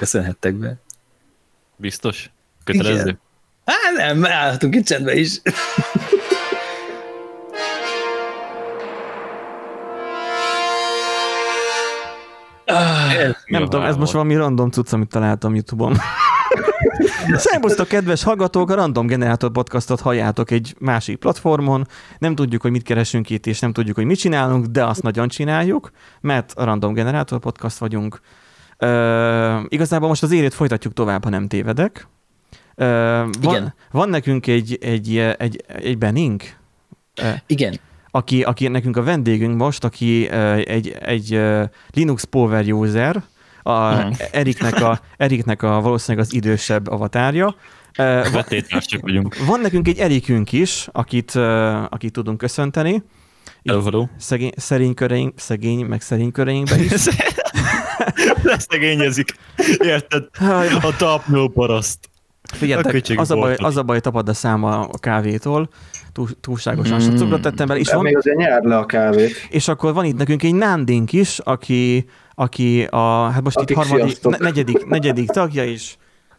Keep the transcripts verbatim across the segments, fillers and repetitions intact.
köszönhettek be. Biztos? Kötelező? Hát nem, állhatunk itt csendben is. Ez nem tudom, ez most valami random cucc, amit találtam YouTube-on. Szervusztok, kedves hallgatók! A Random Generator podcastot halljátok egy másik platformon. Nem tudjuk, hogy mit keresünk itt, és nem tudjuk, hogy mit csinálunk, de azt nagyon csináljuk, mert a Random Generator podcast vagyunk. Uh, igazából most az élét folytatjuk tovább, ha nem tévedek. Uh, van, van nekünk egy, egy, egy, egy Benink. Uh, Igen. Aki, aki nekünk a vendégünk most, aki uh, egy, egy uh, Linux Power User, a uh-huh. Eriknek, a, Eriknek a valószínűleg az idősebb avatárja. Uh, Vetétársak vagyunk. Van nekünk egy Erikünk is, akit, uh, akit tudunk köszönteni. Elvaló. Szegény, szerény köreink, szegény, meg szerény köreinkben is. Leszegényezik. Érted? A tapnyó paraszt. Figyeljetek, az a baj, az a baj tapad a száma a kávétól. Túl, túlságosan sok cukrot tettem bele. És de van, még azért nyár le a kávét. És akkor van itt nekünk egy Nándink is, aki, aki a, hát most Akik itt harmadik, ne, negyedik, negyedik tagja is.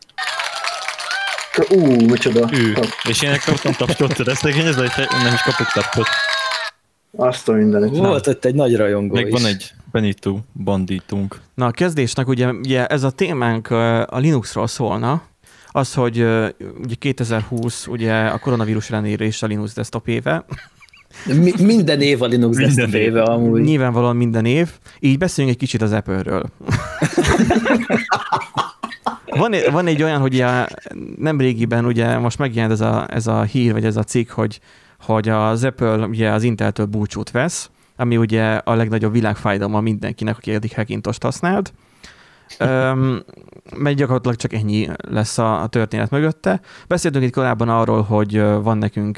Ú, micsoda. Ő. És én kaptam tapsot, de szegényez, de nem is kapok tapsot. Azt a mindenit. Volt ott egy nagy rajongó Meg is. van egy Benito bandítunk. Na a kezdésnek ugye, ugye ez a témánk a Linuxról szólna, az, hogy ugye kétezer-húsz ugye a koronavírus ellenére is a Linux desktop éve. Mi, minden év a Linux Minden desktop év. éve amúgy. Nyilvánvalóan minden év. Így beszéljünk egy kicsit az Apple-ről. Van, van egy olyan, hogy ugye nem régiben ugye most megjelent ez a, ez a hír, vagy ez a cikk, hogy, hogy az Apple ugye az Inteltől búcsút vesz, ami ugye a legnagyobb világfájdalma mindenkinek, aki eddig Hackintost használt. Um, mert gyakorlatilag csak ennyi lesz a, a történet mögötte. Beszéltünk itt korábban arról, hogy van nekünk,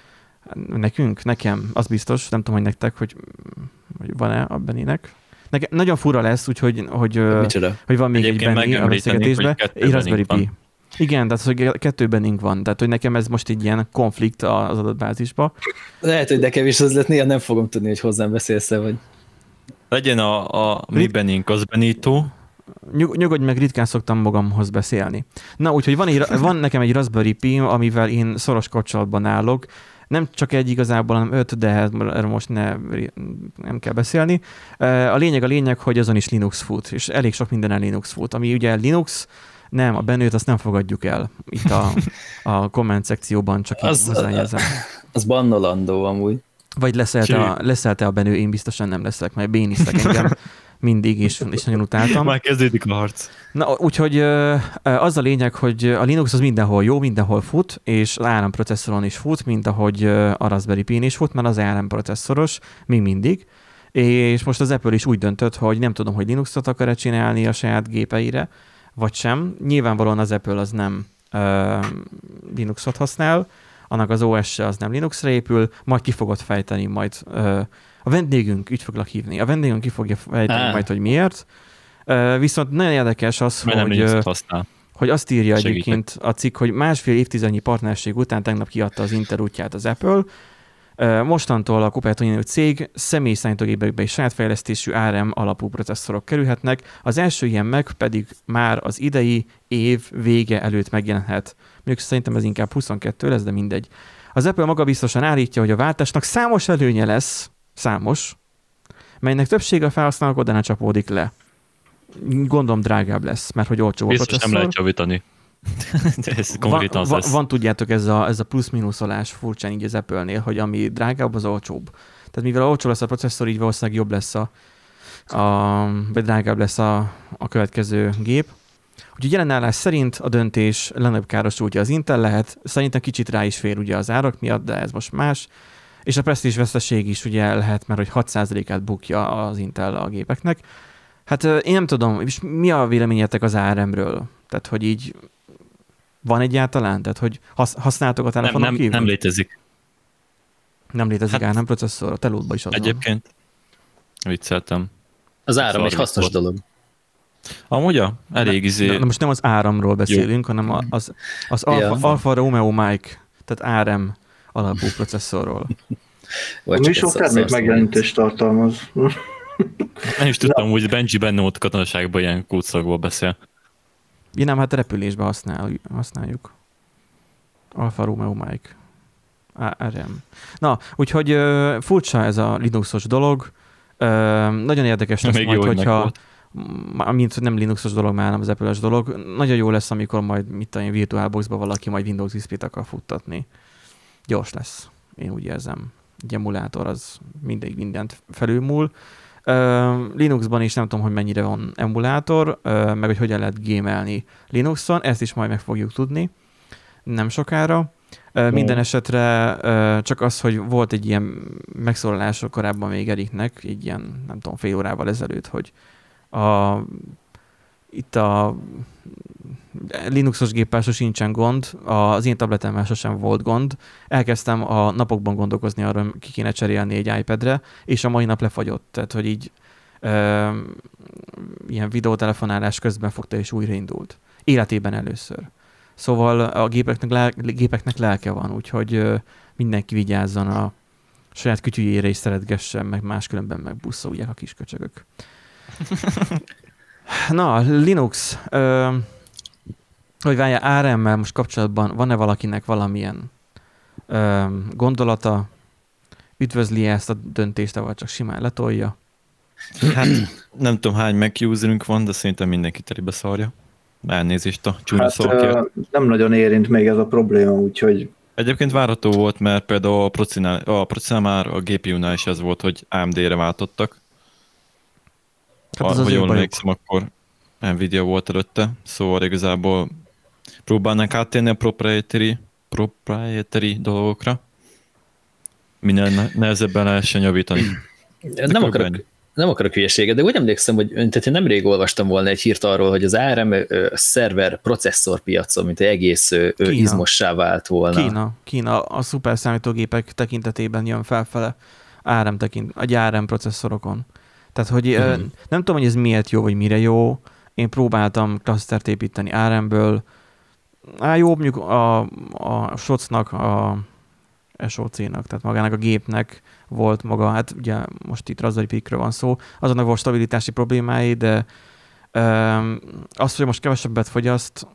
nekünk, nekem, az biztos, nem tudom, hogy nektek, hogy, hogy van-e a Bennynek. Nekem nagyon fura lesz, úgyhogy hogy, hogy van még Egyébként egy Benny a beszélgetésben. Egy Raspberry Pi. Igen, tehát hogy kettő Bennyink van, tehát hogy nekem ez most egy ilyen konflikt az adatbázisba. Lehet, hogy nekem is az lett, néha nem fogom tudni, hogy hozzám beszélsz-e, vagy... Legyen a, a mi Benink, az Benito. Nyug, nyugodj meg, ritkán szoktam magamhoz beszélni. Na, úgyhogy van, egy, van nekem egy Raspberry Pi, amivel én szoros kapcsolatban állok. Nem csak egy igazából, hanem öt, de erről most ne, nem kell beszélni. A lényeg a lényeg, hogy azon is Linux fut, és elég sok minden Linux fut. Ami ugye Linux, nem, a Benőt azt nem fogadjuk el itt a, a komment szekcióban, csak így hozzájegyzem. Az bannolandó amúgy. Vagy leszelte a, leszelte a Benő, én biztosan nem leszek, mert bénisztek engem mindig, és, és nagyon utáltam. Már kezdődik a harc. Na, úgyhogy az a lényeg, hogy a Linux az mindenhol jó, mindenhol fut, és az á er em processzoron is fut, mint ahogy a Raspberry Pi-n is fut, mert az á er em processzoros, még mindig. És most az Apple is úgy döntött, hogy nem tudom, hogy Linuxot akar-e csinálni a saját gépeire, vagy sem. Nyilvánvalóan az Apple az nem uh, Linuxot használ, annak az o es-se az nem Linuxra épül, majd ki fogod fejteni, majd uh, a vendégünk, így foglak hívni, a vendégünk ki fogja fejteni ah. majd, hogy miért. Uh, viszont nagyon érdekes az, hogy, uh, hogy azt írja Segítek. Egyébként a cikk, hogy másfél évtizednyi partnerség után tegnap kiadta az Intel útját az Apple. Uh, mostantól a Cupertino cég személy számítógépekbe is saját fejlesztésű á er em alapú processzorok kerülhetnek, az első ilyen meg pedig már az idei év vége előtt megjelenhet. Mondjuk szerintem ez inkább huszonkettő lesz, de mindegy. Az Apple maga biztosan állítja, hogy a váltásnak számos előnye lesz, számos, melynek többsége a felhasználók oda ne csapódik le. Gondolom drágább lesz, mert hogy olcsó a processzor. Biztos nem lehet javítani. ez konkrétan van, az van, lesz. van, tudjátok, ez a, ez a plusz-minuszolás furcsán így az Apple-nél, hogy ami drágább, az olcsóbb. Tehát mivel olcsó lesz a processzor, így valószínűleg jobb lesz a, a vagy drágább lesz a, a következő gép. Úgyhogy jelen állás szerint a döntés legnagyobb károsultja az Intel lehet, szerintem kicsit rá is fér ugye az árak miatt, de ez most más. És a presztízs veszteség is ugye lehet, mert hogy hat százalékát bukja az Intel a gépeknek. Hát én nem tudom, és mi a véleményetek az á er em-ről? Tehát, hogy így van egyáltalán? Tehát, hogy használtok a telefonon nem, nem, kívül? nem létezik. Nem létezik hát, á er em processzor? A telódban is az egyébként van. Vicceltem. Az áram egy hasznos volt. dolog. Amúgy a elég izé... Na, most nem az áramról beszélünk, Jó. hanem az, az Alfa, ja. Alfa Romeo Mike, tehát á er em alapú processzorról. A műsor termék megjelentést tartalmaz. Nem is tudtam, hogy Benji benne volt a katonaságban ilyen kódszakból beszél. Ja, nem, hát repülésbe használ, használjuk. Alfa Romeo Mike. er em. Na, úgyhogy uh, furcsa ez a Linuxos dolog. Uh, nagyon érdekes lesz majd, jó, hogyha mint nem Linuxos dolog, már nem az Apple-es dolog. Nagyon jó lesz, amikor majd mit tudom én, VirtualBox-ba valaki majd Windows iksz pét akar futtatni. Gyors lesz. Én úgy érzem. Egy emulátor az mindig mindent felülmúl. Uh, Linuxban is nem tudom, hogy mennyire van emulátor, uh, meg hogy hogyan lehet gémelni Linuxon. Ezt is majd meg fogjuk tudni. Nem sokára. Uh, minden esetre uh, csak az, hogy volt egy ilyen megszólalás korábban még Eriknek, egy ilyen, nem tudom, fél órával ezelőtt, hogy a, itt a Linuxos géppel sincsen gond, az én tabletemmel sosem volt gond. Elkezdtem a napokban gondolkozni arra, hogy ki kéne cserélni egy iPadre, és a mai nap lefagyott. Tehát, hogy így uh, ilyen videótelefonálás közben fogta és újraindult. Életében először. Szóval a gépeknek, lel- gépeknek lelke van, úgyhogy uh, mindenki vigyázzon a saját kütyüjére és szeretgessen, meg máskülönben meg buszolják a kis köcsögök. Na, Linux. Uh, hogy várja, á er emmel most kapcsolatban van-e valakinek valamilyen uh, gondolata? Üdvözli ezt a döntést, vagy csak simán letolja? Hát nem tudom hány Mac userünk van, de szerintem mindenki telibe szarja. Elnézést a csúnya hát, szókért. Nem nagyon érint még ez a probléma, úgyhogy... Egyébként várható volt, mert például a procinál, a procinál már a gé pé u-nál is ez volt, hogy á em dé-re váltottak. Hát az ha jól emlékszem, akkor Nvidia volt előtte, szóval igazából próbálnánk áttérni a proprietary, proprietary dolgokra. Minél nehezebben lehessen javítani. Nem akarok, nem akarok hülyeséget, de úgy emlékszem, hogy tehát én nemrég olvastam volna egy hírt arról, hogy az á er em szerver processzor piacon, mint egy egész Kína. izmossá vált volna. Kína, Kína a szuperszámítógépek tekintetében jön felfele á er em tekint, a á er em processzorokon. Tehát, hogy hmm. nem tudom, hogy ez miért jó, vagy mire jó. Én próbáltam clustert építeni á er emből. Á, jó, mondjuk a, a SOC-nak, a es o cé-nak, tehát magának a gépnek volt maga, hát ugye most itt Raspberry Pi-kről van szó, azonnak volt stabilitási problémái, de um, az, hogy most kevesebbet fogyaszt...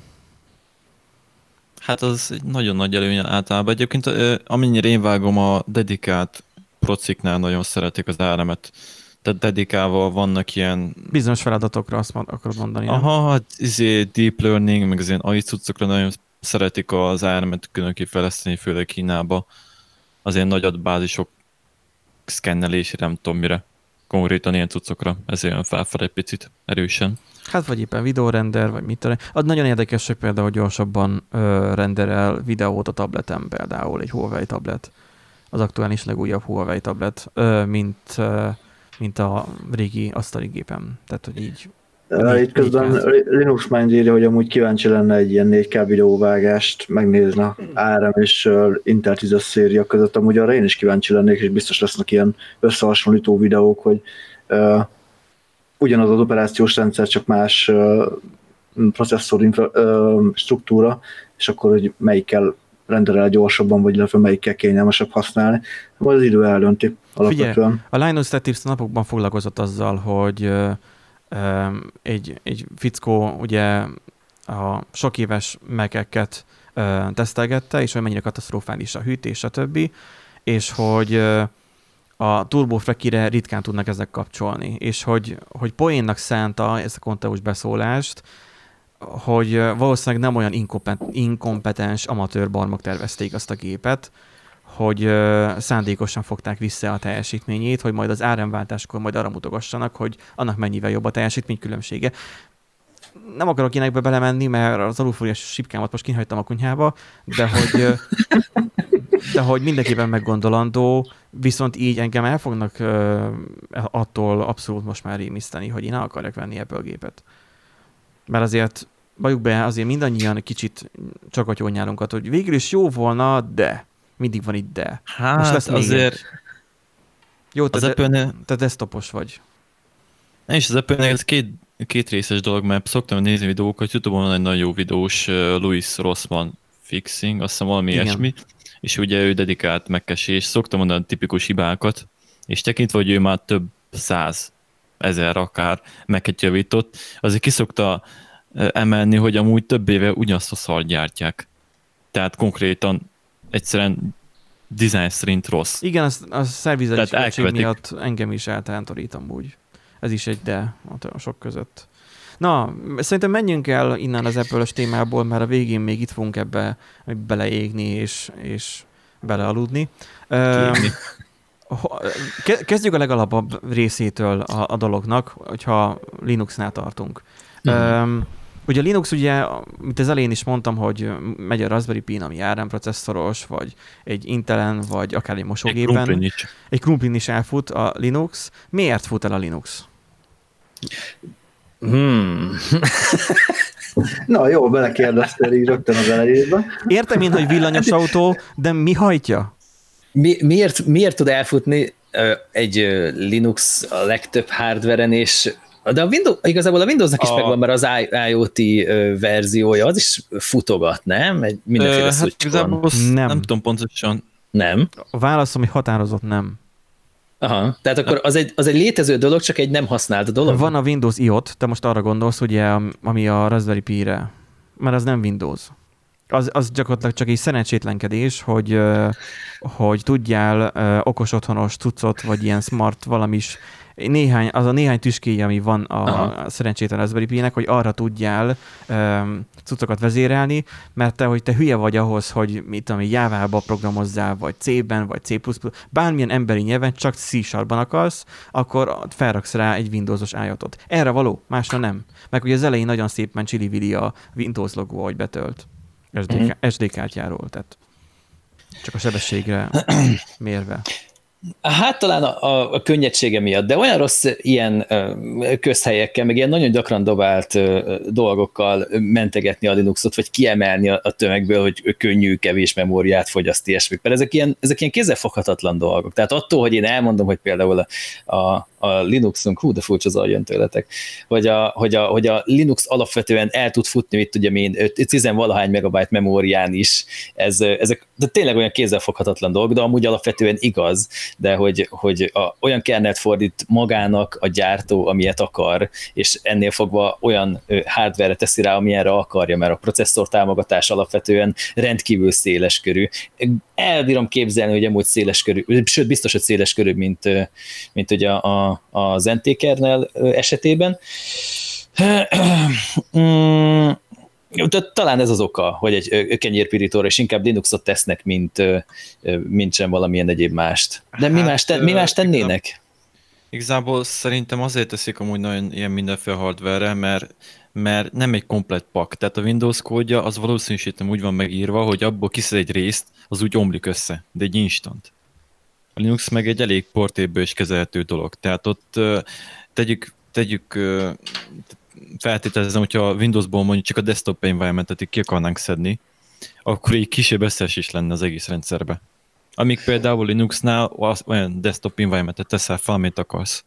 Hát az egy nagyon nagy előny általában. Egyébként amennyire én vágom, a dedikált prociknál nagyon szeretik az á er emet. Tehát dedikálva vannak ilyen... Bizonyos feladatokra azt akarod mondani. Aha, hát izé deep learning, meg az ilyen á i cuccokra nagyon szeretik az á er emet külön kifejleszteni, főleg Kínába. Az ilyen nagy adatbázisok szkennelésére, nem tudom mire. Konkrétan ilyen cuccokra. Ezért jön felfele egy picit erősen. Hát vagy éppen videórender, vagy mit tudom. Az nagyon érdekes, hogy például gyorsabban ö, renderel videót a tabletem, például egy Huawei tablet. Az aktuális legújabb Huawei tablet, ö, mint... Ö, mint a régi asztali gépem. Tehát, hogy így... Uh, itt közben Linux Mind írja, hogy amúgy kíváncsi lenne egy ilyen négy ká videóvágást megnézni á er em és uh, Intel tízes széria között. Amúgy arra én is kíváncsi lennék, és biztos lesznek ilyen összehasonlító videók, hogy uh, ugyanaz az operációs rendszer, csak más uh, processzor infra, uh, struktúra, és akkor, hogy melyikkel renderel gyorsabban, vagy illetve melyikkel kényelmesebb használni. Majd az idő eldönti alapvetően. Figyelj, a Linus Tech Tips napokban foglalkozott azzal, hogy uh, um, egy, egy fickó ugye a sok éves Mac-eket uh, tesztelgette, és hogy mennyire katasztrofális a hűtés, stb. És hogy uh, a turbofrekire ritkán tudnak ezek kapcsolni. És hogy, hogy poénnak szánta ezt a konteus beszólást, hogy valószínűleg nem olyan inkompetens amatőr barmok tervezték azt a gépet, hogy szándékosan fogták vissza a teljesítményét, hogy majd az áramváltáskor majd arra mutogassanak, hogy annak mennyivel jobb a teljesítmény különbsége. Nem akarok ilyenekbe belemenni, mert az alufóliás sipkámat most kihagytam a kunyhába, de hogy, de hogy mindenképpen meggondolandó, viszont így engem el fognak attól abszolút most már rémiszteni, hogy én el akarjak venni ebből a gépet. Mert azért, valljuk be, azért mindannyian kicsit csakatyónyálunkat, hogy végül is jó volna, de mindig van itt de. Hát most lesz azért... Egy... Jó, te, Apple-nél... te desktopos vagy. És az Apple-nél ez két, két részes dolog, mert szoktam nézni videókat, YouTube-on van egy nagyon jó videós uh, Louis Rossmann fixing, azt hiszem valami Igen. ilyesmi, és ugye ő dedikált Mac-es, és szoktam mondani tipikus hibákat, és tekintve, hogy ő már több száz ezer akár Mac-et javított, azért kiszokta emelni, hogy amúgy több éve ugyanazt a szart gyártják. Tehát konkrétan egyszerűen design szerint rossz. Igen, az, az szervizelőség miatt engem is eltántorít amúgy. Ez is egy de a sok között. Na, szerintem menjünk el innen az Apple-ös témából, mert a végén még itt fogunk ebbe beleégni és, és belealudni. Kérni. Kezdjük a legalapabb részétől a, a dolognak, hogyha Linuxnál tartunk. Mm-hmm. Um, ugye a Linux, ugye, mint az elején is mondtam, hogy megy a Raspberry Pi, ami á rám processzoros, vagy egy Intelen, vagy akár egy mosógépen. Egy krumplin is. Egy krumplin is elfut a Linux. Miért fut el a Linux? Hmm. Na jó, belekérdeztél így rögtön az elejében. Értem én, hogy villanyos autó, de mi hajtja? Mi, miért, miért tud elfutni egy Linux a legtöbb hardveren, és de a Windows, igazából a Windowsnak is a... megvan, mert az IoT verziója, az is futogat, nem? Egy mindenféle hát igazából nem. nem tudom pontosan. Nem? A válaszom, hogy határozott nem. Aha, tehát akkor az egy, az egy létező dolog, csak egy nem használt dolog? Van a Windows i o t, te most arra gondolsz, ugye, ami a Raspberry Pi-re, mert az nem Windows. Az, az gyakorlatilag csak egy szerencsétlenkedés, hogy, hogy tudjál okos otthonos cuccot, vagy ilyen smart valamis, néhány, az a néhány tüskéje, ami van a Aha. szerencsétlen Raspberry Pi-nek, hogy arra tudjál um, cuccokat vezérelni, mert te, hogy te hülye vagy ahhoz, hogy mit tudom, Java-ba programozzál, vagy C-ben, vagy C plusz plusz, bármilyen emberi nyelven, csak C-sharpban akarsz, akkor felraksz rá egy Windowsos i o t-ot. Erre való, másra nem. Meg ugye az elején nagyon szépen csili-vili a Windows logó, ahogy betölt es dé, mm-hmm. es dé kártyáról, tehát csak a sebességre mérve. Hát talán a, a könnyedsége miatt, de olyan rossz ilyen közhelyekkel, meg ilyen nagyon gyakran dobált dolgokkal mentegetni a Linuxot, vagy kiemelni a, a tömegből, hogy könnyű, kevés memóriát fogyaszt, ilyesmik. Mert ezek ilyen, ezek ilyen kézzelfoghatatlan dolgok. Tehát attól, hogy én elmondom, hogy például a, a, a Linuxunk, hú, de furcsa zaj jön tőletek, hogy a, hogy, a, hogy a Linux alapvetően el tud futni, mit tudjam én, tíz-valahány megabyte memórián is. Ez, ezek de tényleg olyan kézzelfoghatatlan dolgok, de amúgy alapvetően igaz, de hogy, hogy a, olyan kernelt fordít magának a gyártó, amilyet akar, és ennél fogva olyan hardware-re teszi rá, amilyenre akarja, mert a processzor támogatás alapvetően rendkívül széleskörű. Elbírom képzelni, hogy amúgy széleskörű, sőt biztos, hogy széleskörű, mint, mint ugye a, a, az en té kernel esetében. Talán ez az oka, hogy egy kenyérpirítóra és inkább Linuxot tesznek, mint, mint sem valamilyen egyéb mást. De mi, hát, más, ten, mi más tennének? Igazából szerintem azért teszik amúgy nagyon ilyen mindenféle hardware-re, mert, mert nem egy komplett pak. Tehát a Windows kódja az valószínűsítem úgy van megírva, hogy abból kiszed egy részt, az úgy omlik össze, de egy instant. A Linux meg egy elég portéből és kezelhető dolog. Tehát ott tegyük, tegyük feltételezem, hogyha a Windowsból mondjuk csak a desktop environmentet ki akarnánk szedni, akkor egy kisebb összeesés lenne az egész rendszerbe. Amíg például Linuxnál olyan desktop environmentet teszel fel, amit akarsz.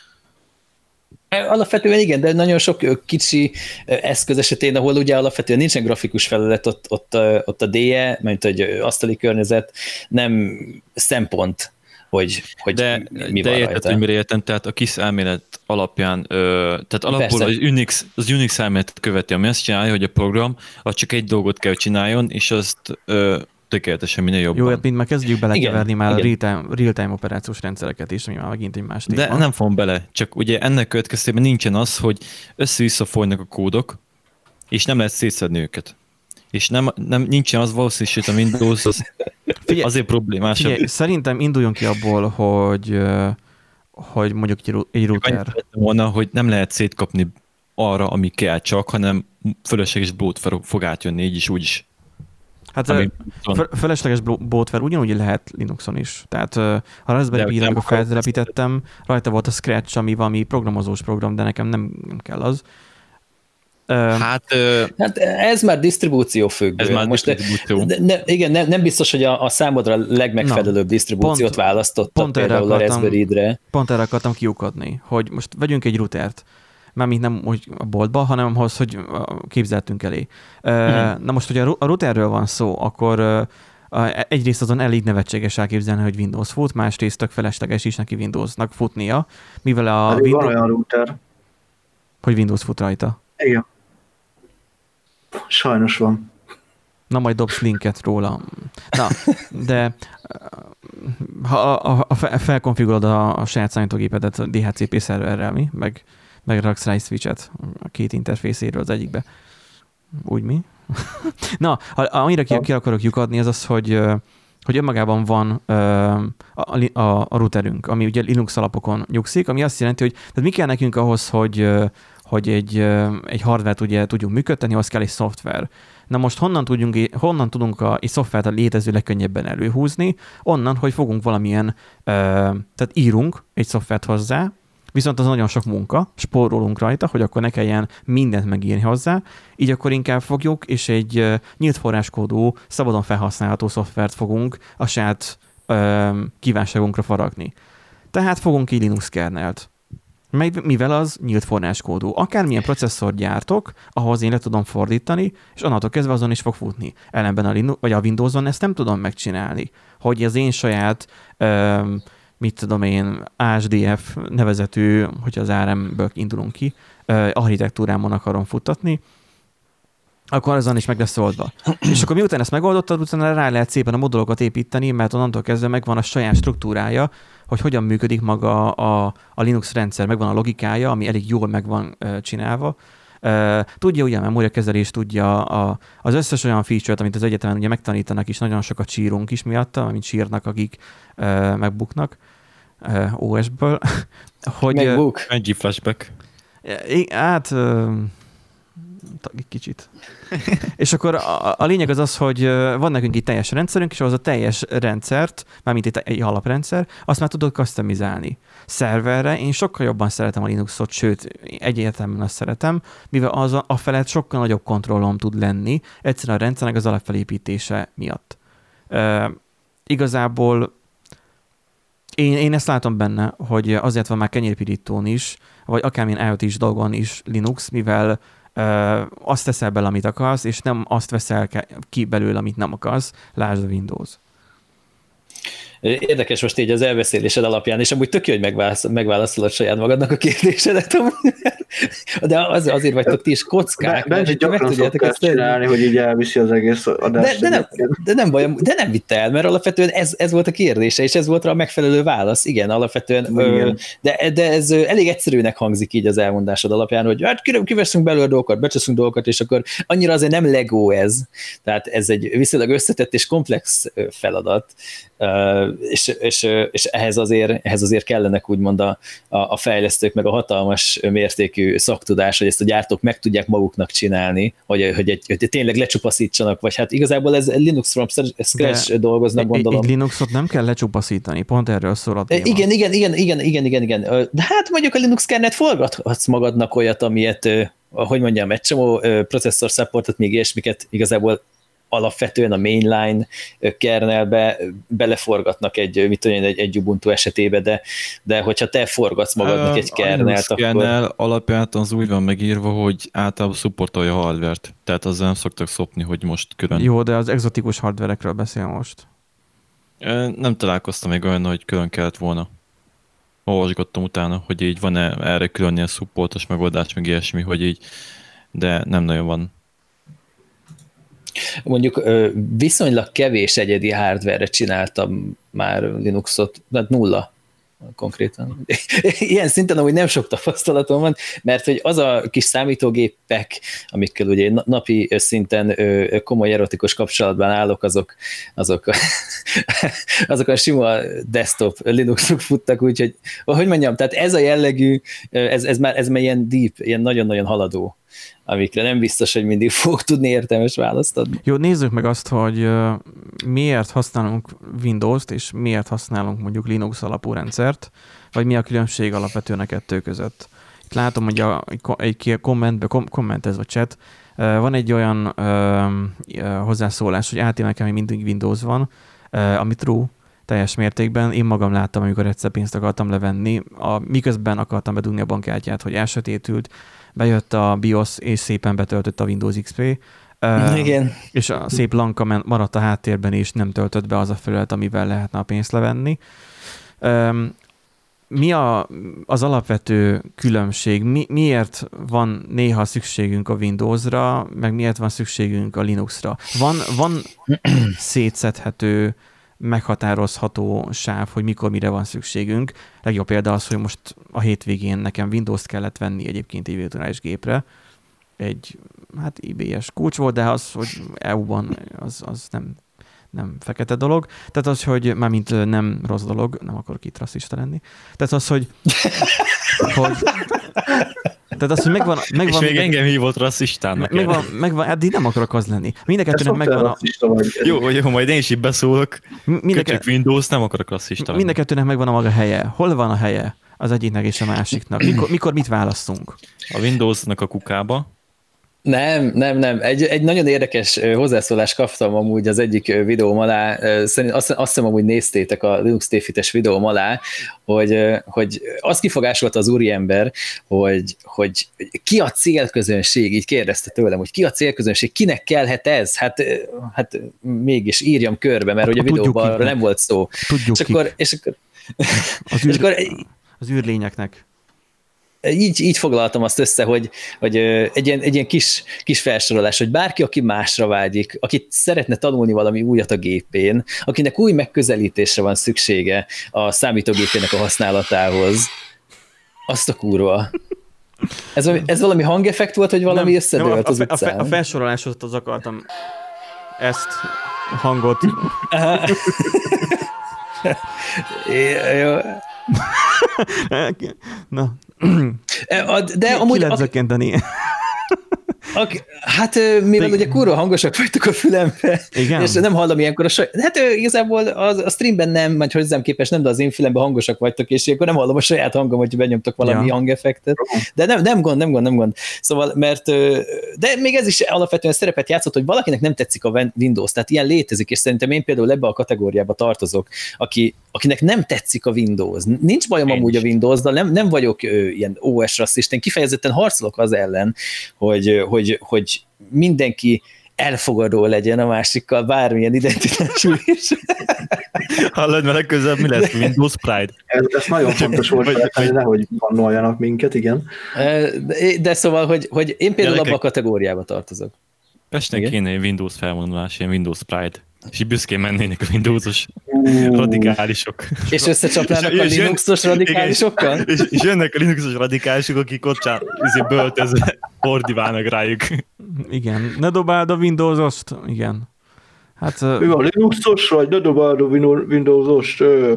Alapvetően igen, de nagyon sok kicsi eszköz esetén, ahol ugye alapvetően nincsen grafikus felület, ott, ott, ott a dé e, mert egy asztali környezet nem szempont, hogy, hogy de, mi de van érted, rajta. hogy mire értem, tehát a kis elmélet alapján, ö, tehát alapból az Unix, az Unix elméletet követi, ami azt csinálja, hogy a program az csak egy dolgot kell csináljon, és azt ö, tökéletesen minél jobban. Jó, hát mint már kezdjük belekeverni már igen. a real-time, real-time operációs rendszereket is, ami már megint egy más téma. De nem fogom bele, csak ugye ennek következtében nincsen az, hogy össze-vissza folynak a kódok, és nem lehet szétszedni őket. És nem, nem, nincsen az valószínűség, a Windows az figyelj, azért problémás. Figyelj, szerintem induljon ki abból, hogy, hogy mondjuk egy router. Volna, hogy nem lehet szétkapni arra, ami kell csak, hanem fölösleges bloatware fog átjönni, így is, úgy is. Hát ami fölösleges bloatware ugyanúgy lehet Linuxon is. Tehát a Raspberry Pi-re, amikor feltelepítettem, rajta volt a Scratch, ami valami programozós program, de nekem nem, nem kell az. Hát, uh, hát ez már disztribúció függő. Ez már most disztribúció. De, de, igen, nem, nem biztos, hogy a, a számodra legmegfelelőbb disztribúciót pont, választottad pont például a Raspberry-re. Pont erre akartam kiukadni, hogy most vegyünk egy routert, mármint nem hogy a boltba, hanem ahhoz, hogy képzeltünk elé. Uh-huh. Na most, hogy a routerről van szó, akkor egyrészt azon elég nevetséges elképzelni, hogy Windows fut, másrészt tök felesleges is neki Windowsnak futnia, mivel a Windows... Van olyan router. Hogy Windows fut rajta. Igen. Sajnos van. Na, majd dobsz linket róla. Na, de ha a, a felkonfigurálod a, a saját számítógépedet a dé há cé pé szerverrel, mi? Meg, meg raksz rá egy switchet a két interfészéről az egyikbe. Úgy mi? Na, amire ki, ki akarok lyukadni, az az, hogy, hogy önmagában van a, a, a routerünk, ami ugye Linux alapokon nyugszik, ami azt jelenti, hogy tehát mi kell nekünk ahhoz, hogy, hogy egy, egy hardware-t ugye tudjunk működtetni, ahhoz kell egy szoftver. Na most honnan, tudjunk, honnan tudunk a, egy szoftvert a létező legkönnyebben előhúzni? Onnan, hogy fogunk valamilyen, tehát írunk egy szoftvert hozzá, viszont az nagyon sok munka, spórolunk rajta, hogy akkor ne kelljen mindent megírni hozzá, így akkor inkább fogjuk, és egy nyílt forráskódú, szabadon felhasználható szoftvert fogunk a saját kívánságunkra faragni. Tehát fogunk így Linux kernelt. Mivel az nyílt forráskódú. Akármilyen processzort gyártok, ahhoz én le tudom fordítani, és onnantól kezdve azon is fog futni. Ellenben a, Linux, vagy a Windowson ezt nem tudom megcsinálni. Hogy az én saját um, mit tudom én, á es dé ef nevezetű, hogyha az á er em-ből indulunk ki, uh, architektúrámon akarom futtatni, akkor azon is meg lesz oldva. És akkor miután ezt megoldottad, utána rá lehet szépen a modulokat építeni, mert onnantól kezdve megvan a saját struktúrája, hogy hogyan működik maga a, a Linux rendszer, megvan a logikája, ami elég jól meg van uh, csinálva. Uh, tudja ugye a memóriakezelés, tudja a, az összes olyan feature-t, amit az egyetemen ugye megtanítanak is, nagyon sokat sírunk is miatta, amit sírnak, akik uh, megbuknak uh, ó es-ből. hogy, Megbuk. Egy flashback. Hát... Uh, egy kicsit. És akkor a, a lényeg az az, hogy van nekünk egy teljes rendszerünk, és ahhoz a teljes rendszert, mármint egy, egy alaprendszer, azt már tudod customizálni. Szerverre én sokkal jobban szeretem a Linuxot, sőt, egyértelműen azt szeretem, mivel az a, a felett sokkal nagyobb kontrollom tud lenni, egyszerűen a rendszernek az alapfelépítése miatt. E, igazából én, én ezt látom benne, hogy azért van már kenyérpirítón is, vagy akármilyen IoT-s dolgon is Linux, mivel Uh, azt teszel bele, amit akarsz, és nem azt veszel ki belőle, amit nem akarsz. Lásd a Windows. Érdekes most így az elbeszélésed alapján, és amúgy tök jó, hogy megválaszolod saját magadnak a kérdésedet, de az, azért vagytok ti is kockák. Benji gyakran szokták csinálni, hogy így elviszi az egész adást. De, de, nem, de nem baj, de nem vitte el, mert alapvetően ez, ez volt a kérdése, és ez volt rá a megfelelő válasz. Igen, alapvetően, Igen. De, de ez elég egyszerűnek hangzik így az elmondásod alapján, hogy hát kiveszünk belőle dolgokat, becseszünk dolgokat, és akkor annyira azért nem Lego ez. Tehát ez egy viszonylag összetett és komplex feladat. Uh, és, és, és ehhez, azért, ehhez azért kellenek úgymond a, a, a fejlesztők, meg a hatalmas mértékű szaktudás, hogy ezt a gyártók meg tudják maguknak csinálni, hogy, hogy, egy, hogy tényleg lecsupaszítsanak, vagy hát igazából ez Linux from scratch De dolgoznak, gondolom. Egy Linuxot nem kell lecsupaszítani, pont erről szól a téma. Igen, igen, igen, igen, igen, igen, igen. De hát mondjuk a Linux kernelt forgathatsz magadnak olyat, amilyet, hogy mondjam, egy csomó processzor supportot, még ilyesmiket igazából alapvetően a mainline kernelbe beleforgatnak egy, mit tudom én, egy, egy Ubuntu esetébe, de, de hogyha te forgatsz magadnak egy kernelt, akkor... A kernel alapján az úgy van megírva, hogy általában supportolja a hardvert. Tehát azzal nem szoktak szopni, hogy most külön... Jó, de az exotikus hardverekről beszél most. Nem találkoztam még olyan, hogy külön kellett volna. Olvasgattam utána, hogy így van-e erre külön ilyen supportos megoldás, meg ilyesmi, hogy így, de nem nagyon van. Mondjuk viszonylag kevés egyedi hardware-re csináltam már Linuxot, hát nulla konkrétan. Ilyen szinten amúgy nem sok tapasztalatom van, mert hogy az a kis számítógépek, amikkel ugye napi szinten komoly erotikus kapcsolatban állok, azok, azok, a, azok a sima desktop Linuxok futtak, úgyhogy, hogy mondjam, tehát ez a jellegű, ez, ez, már, ez már ilyen deep, ilyen nagyon-nagyon haladó, amikre nem biztos, hogy mindig fog tudni értelmes választ adni. Jó, nézzük meg azt, hogy miért használunk Windows-t, és miért használunk mondjuk Linux alapú rendszert, vagy mi a különbség alapvetően a kettő között. Itt látom, hogy a, egy kommentben, kom, kommentez vagy chat, van egy olyan ö, hozzászólás, hogy á té nekem még mindig Windows van, ö, ami true, teljes mértékben. Én magam láttam, amikor egyszer pénzt akartam levenni, a, miközben akartam bedugni a bankkártyát, hogy elsötétült, bejött a BIOS, és szépen betöltött a Windows iksz pé. Igen. Uh, és a szép lanka maradt a háttérben, és nem töltött be az a felület, amivel lehetne a pénzt levenni. Um, mi a, az alapvető különbség? Mi, miért van néha szükségünk a Windowsra, meg miért van szükségünk a Linuxra? Van, van szétszedhető, meghatározható sáv, hogy mikor mire van szükségünk. Legjobb példa az, hogy most a hétvégén nekem Windows-t kellett venni egyébként egy virtuális gépre. Egy, hát i bé es kulcs volt, de az, hogy é u-ban az, az nem, nem fekete dolog. Tehát az, hogy mármint nem rossz dolog, nem akarok itt rasszista lenni. Tehát az, hogy, hogy tehát az, hogy megvan... megvan és még engem hívott rasszistának. Megvan, megvan, hát nem akarok az lenni. Mindenkettőnek megvan a... Jó, jó, majd én is így beszólok. Köcsök Windows, nem akarok rasszista lenni. Mindenkettőnek megvan a maga helye. Hol van a helye az egyiknek és a másiknak? Mikor, mikor mit választunk? A Windowsnak a kukába. Nem, nem, nem. Egy, egy nagyon érdekes hozzászólást kaptam amúgy az egyik videóm alá. Szerintem azt, azt hiszem, amúgy néztétek a Linux tévhites videóm alá, hogy, hogy azt kifogásolta az úriember, hogy, hogy ki a célközönség, így kérdezte tőlem, hogy ki a célközönség, kinek kellhet ez? Hát, hát mégis írjam körbe, mert hát, ugye a videóban arra nem volt szó. Tudjuk és akkor, és akkor, az, űr, és akkor az űrlényeknek. Így, így foglaltam azt össze, hogy, hogy egy ilyen, egy ilyen kis, kis felsorolás, hogy bárki, aki másra vágyik, aki szeretne tanulni valami újat a gépén, akinek új megközelítésre van szüksége a számítógépének a használatához, azt a kurva. Ez, ez valami hangeffekt volt, vagy valami nem, összedőlt az a, utcán? A felsoroláshoz az akartam ezt a hangot. É, jó. Na. De amúgy... Ki lehet zökkenteni? Okay, hát mivel ugye kurva hangosak vagytok a fülembe, igen? És nem hallom ilyenkor a saját, hát igazából az, a streamben nem, vagy hozzám képest nem, de az én fülemben hangosak vagytok, és ilyenkor nem hallom a saját hangom, hogy benyomtok valami ja. hangeffektet, de nem, nem gond, nem gond, nem gond. Szóval, mert, de még ez is alapvetően szerepet játszott, hogy valakinek nem tetszik a Windows, tehát ilyen létezik, és szerintem én például ebbe a kategóriába tartozok, aki, akinek nem tetszik a Windows. Nincs bajom én amúgy is. A Windows-dal, nem, nem vagyok ö, ilyen ó es rasszista, én kifejezetten harcolok az ellen, hogy, hogy, hogy mindenki elfogadó legyen a másikkal, bármilyen identitású is. Hallod, mert legközelebb mi lesz? Windows Pride? Ez, ez nagyon fontos volt, hogy nehogy bannoljanak minket, igen. De, de szóval, hogy, hogy én például abban a kategóriába tartozok. Pestnek kéne egy Windows felvonulás, ilyen Windows Pride. És így büszkén mennének a Windowsos uh. radikálisok. És összecsapnának a Linuxos radikálisokkal? És, és jönnek a Linuxos radikálisok, akik ott böltözve ordiválnak rájuk. Igen, ne dobáld a Windowsost. Igen. Hát, mi van, Linuxos vagy? Ne dobáld a Windowsost.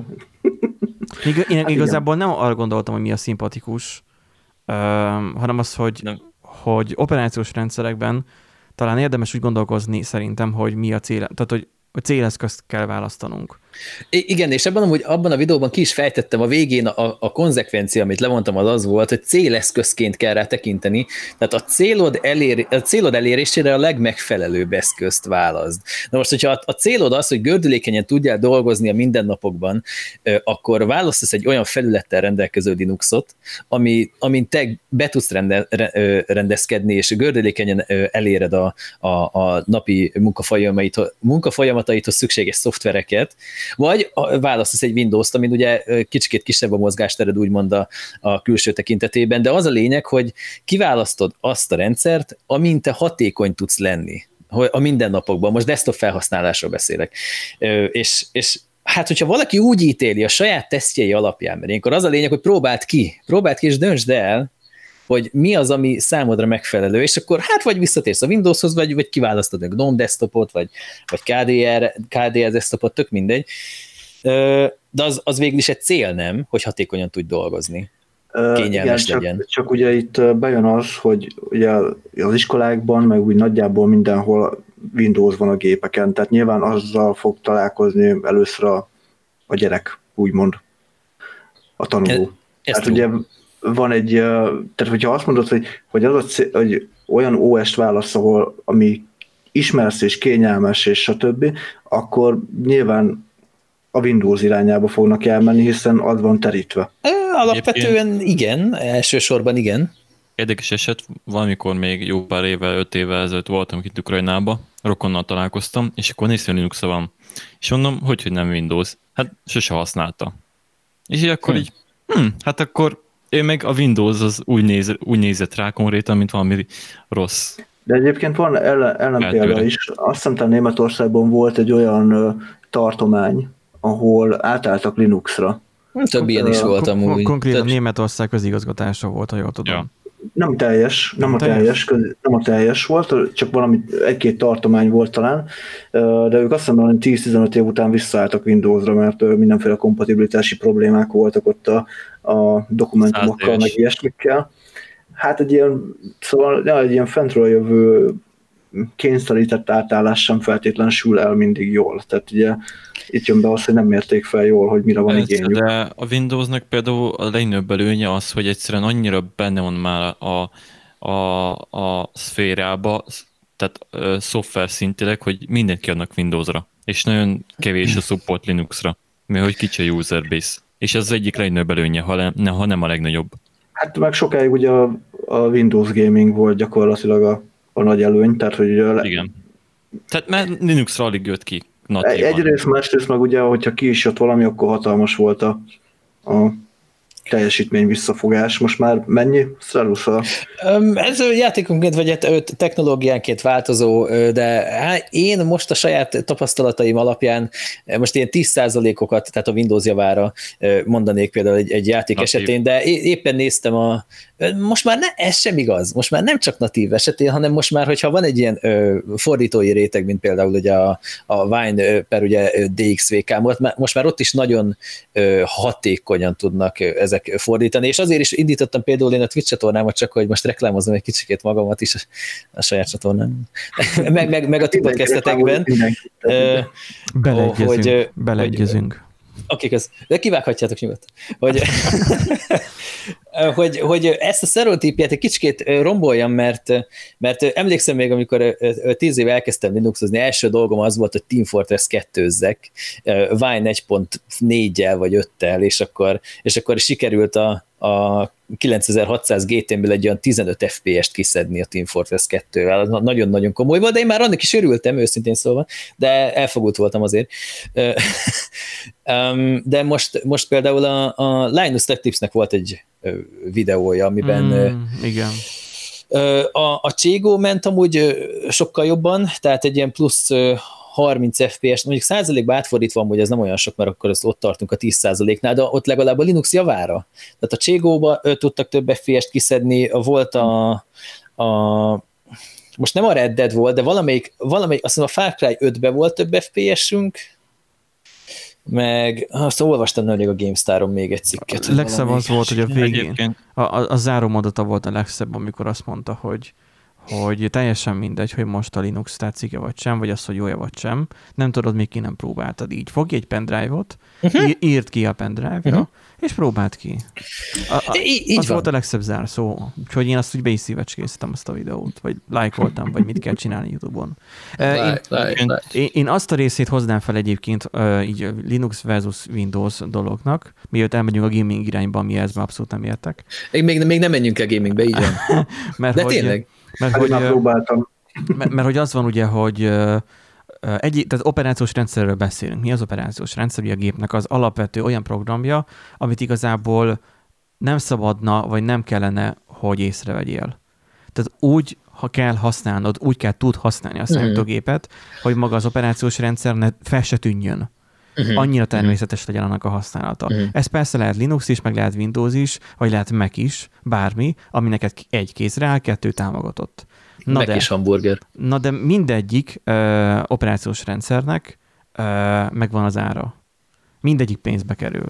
Ig- én hát igazából igen. nem arra gondoltam, hogy mi a szimpatikus, uh, hanem az, hogy, hogy operációs rendszerekben talán érdemes úgy gondolkozni szerintem, hogy mi a cél, tehát hogy a céleszközt kell választanunk. I- igen, és ebben amúgy abban a videóban ki is fejtettem, a végén a, a konzekvencia, amit levontam, az az volt, hogy céleszközként kell rá tekinteni, tehát a célod, elér, a célod elérésére a legmegfelelőbb eszközt válaszd. Na most, hogyha a, a célod az, hogy gördülékenyen tudjál dolgozni a mindennapokban, akkor választasz egy olyan felülettel rendelkező Linuxot, ami, amin te be tudsz rende, rendezkedni, és gördülékenyen eléred a, a, a napi munkafolyamataithoz szükséges szoftvereket, vagy választasz egy Windows-t, amin ugye kicsikét kisebb a mozgástered, úgymond a, a külső tekintetében, de az a lényeg, hogy kiválasztod azt a rendszert, amin te hatékony tudsz lenni a mindennapokban. Most desktop felhasználásról beszélek. És, és hát, hogyha valaki úgy ítéli a saját tesztjei alapján, mert ilyenkor az a lényeg, hogy próbáld ki, próbáld ki és döntsd el, hogy mi az, ami számodra megfelelő, és akkor hát vagy visszatérsz a Windowshoz, vagy, vagy kiválasztod a GNOME desktopot, vagy, vagy ká dé er, ká dé er desktopot, tök mindegy. De az, az végül is egy cél, nem? Hogy hatékonyan tudj dolgozni. Kényelmes igen, legyen. Csak, csak ugye itt bejön az, hogy ugye az iskolákban, meg úgy nagyjából mindenhol Windows van a gépeken, tehát nyilván azzal fog találkozni először a, a gyerek, úgymond, a tanuló. Ez, tehát ugye van egy, tehát hogyha azt mondod, hogy, hogy, az a cél, hogy olyan ó es-t válasz, ahol ami ismersz és kényelmes és stb., akkor nyilván a Windows irányába fognak elmenni, hiszen az van terítve. Alapvetően igen, elsősorban igen. Érdekes eset, valamikor még jó pár évvel, öt évvel ezelőtt voltam itt Ukrajnába, rokonnal találkoztam, és akkor néztem, Linux van. És mondom, hogy, hogy nem Windows. Hát sose használta. És így akkor hm. így Hm, hát akkor én meg a Windows az úgy, néz, úgy nézett rá konkrétan, mint valami rossz. De egyébként van ellen, ellenpélda is. Azt hiszem, hogy Németországban volt egy olyan uh, tartomány, ahol átálltak Linuxra. Több ilyen is volt amúgy. Konkrétan Németország közigazgatása volt, ha jól tudom. Ja. Nem teljes, nem, nem a teljes, teljes köz, nem a teljes volt, csak valami egy-két tartomány volt talán, de ők azt hiszem, hogy tíz-tizenöt év után visszaálltak Windowsra, mert mindenféle kompatibilitási problémák voltak ott a, a dokumentumokkal, meg ilyesmikkel. Hát egy ilyen, szóval ja, egy ilyen fentről jövő kényszerített átállás sem feltétlenül sül el mindig jól. Tehát ugye itt jön be az, hogy nem mérték fel jól, hogy mire van igényük. De a Windowsnak például a legnagyobb előnye az, hogy egyszerűen annyira benne van már a, a, a szférába, tehát uh, szoftver szintileg, hogy mindent kiadnak Windowsra, és nagyon kevés a support Linuxra, mert hogy kicsi a user base. És ez az egyik legnagyobb előnye, ha, ne, ha nem a legnagyobb. Hát meg sokáig ugye a, a Windows Gaming volt gyakorlatilag a, a nagy előny, tehát hogy ugye... Igen. Tehát mert Linuxra alig jött ki. Egy, egyrészt, másrészt meg ugye, hogyha ki is jött valami, akkor hatalmas volt a, a teljesítmény visszafogás. Most már mennyi? Szeruszal? Ez játékonként vagy technológiánként változó, de hát én most a saját tapasztalataim alapján most ilyen tíz százalékokat, tehát a Windows javára mondanék például egy, egy játék natív esetén, de éppen néztem a most már ne, ez sem igaz, most már nem csak natív esetén, hanem most már, hogyha van egy ilyen ö, fordítói réteg, mint például ugye a, a Wine per ugye dé iksz vé ká, most már ott is nagyon ö, hatékonyan tudnak ezek fordítani, és azért is indítottam például én a Twitch csatornámat, csak hogy most reklámozom egy kicsikét magamat is a, a saját csatornám, meg, meg, meg a ti podcastekben, beleegyezünk, hogy, beleegyezünk. Oké, okay, de kivághatjátok nyugodtan. Hogy, hogy, hogy ezt a sztereotípiát egy kicsikét romboljam, mert, mert emlékszem még, amikor tíz éve elkezdtem Linuxozni, első dolgom az volt, hogy Team Fortress kettőzzek, Wine egy pont négyel vagy öttel, és akkor, és akkor sikerült a, a kilencezer-hatszáz gé té-ből egy olyan tizenöt ef pé est kiszedni a Team Fortress kettővel. Nagyon-nagyon komoly volt, de én már annak is örültem, őszintén szólva, de elfogult voltam azért. De most, most például a, a Linus Tech Tipsnek volt egy videója, amiben mm, igen. A, a Cségó ment amúgy sokkal jobban, tehát egy ilyen plusz harminc ef pé es, mondjuk százalékba átfordítva amúgy ez nem olyan sok, mert akkor ott tartunk a tíz százaléknál, de ott legalább a Linux javára. Tehát a Cségóba tudtak több ef pé est kiszedni, volt a, a most nem a Red Dead volt, de valamelyik, valamelyik azt mondom, a Far Cry ötben volt több ef pé esünk, meg azt olvastam nemrég a GameStar-on még egy cikket. A legszebb az volt, hogy a végén, a, a, a záró mondata volt a legszebb, amikor azt mondta, hogy hogy teljesen mindegy, hogy most a Linux tetszik-e vagy sem, vagy az, hogy jó-e vagy sem. Nem tudod, még ki nem próbáltad. Így fogj egy pendrive-ot, uh-huh. írd ki a pendrive-ra, uh-huh. és próbáld ki. A, a, így az van. Volt a legszebb zárszó. Úgyhogy én azt úgy be is szívecskéztem azt a videót, vagy lájkoltam, vagy mit kell csinálni YouTube-on. Like, én, like, én, like. Én, én azt a részét hoznám fel egyébként így Linux versus Windows dolognak, miért elmegyünk a gaming irányba, amihez már abszolút nem értek. Még, még, még nem menjünk el gamingbe, így van. Mert de hogy, tényleg. Mert hogy, próbáltam. Mert, mert hogy az van ugye, hogy egy, tehát operációs rendszerről beszélünk. Mi az operációs rendszer? Ugye a gépnek az alapvető olyan programja, amit igazából nem szabadna, vagy nem kellene, hogy észrevegyél. Tehát úgy, ha kell használnod, úgy kell tud használni a számítógépet, uh-huh. hogy maga az operációs rendszer ne fel se tűnjön. Uh-huh. Annyira természetes legyen annak a használata. Uh-huh. Ez persze lehet Linux is, meg lehet Windows is, vagy lehet Mac is, bármi, ami neked egy kézre áll, kettő támogatott. Na Mac de, is hamburger. Na de mindegyik uh, operációs rendszernek uh, megvan az ára. Mindegyik pénzbe kerül.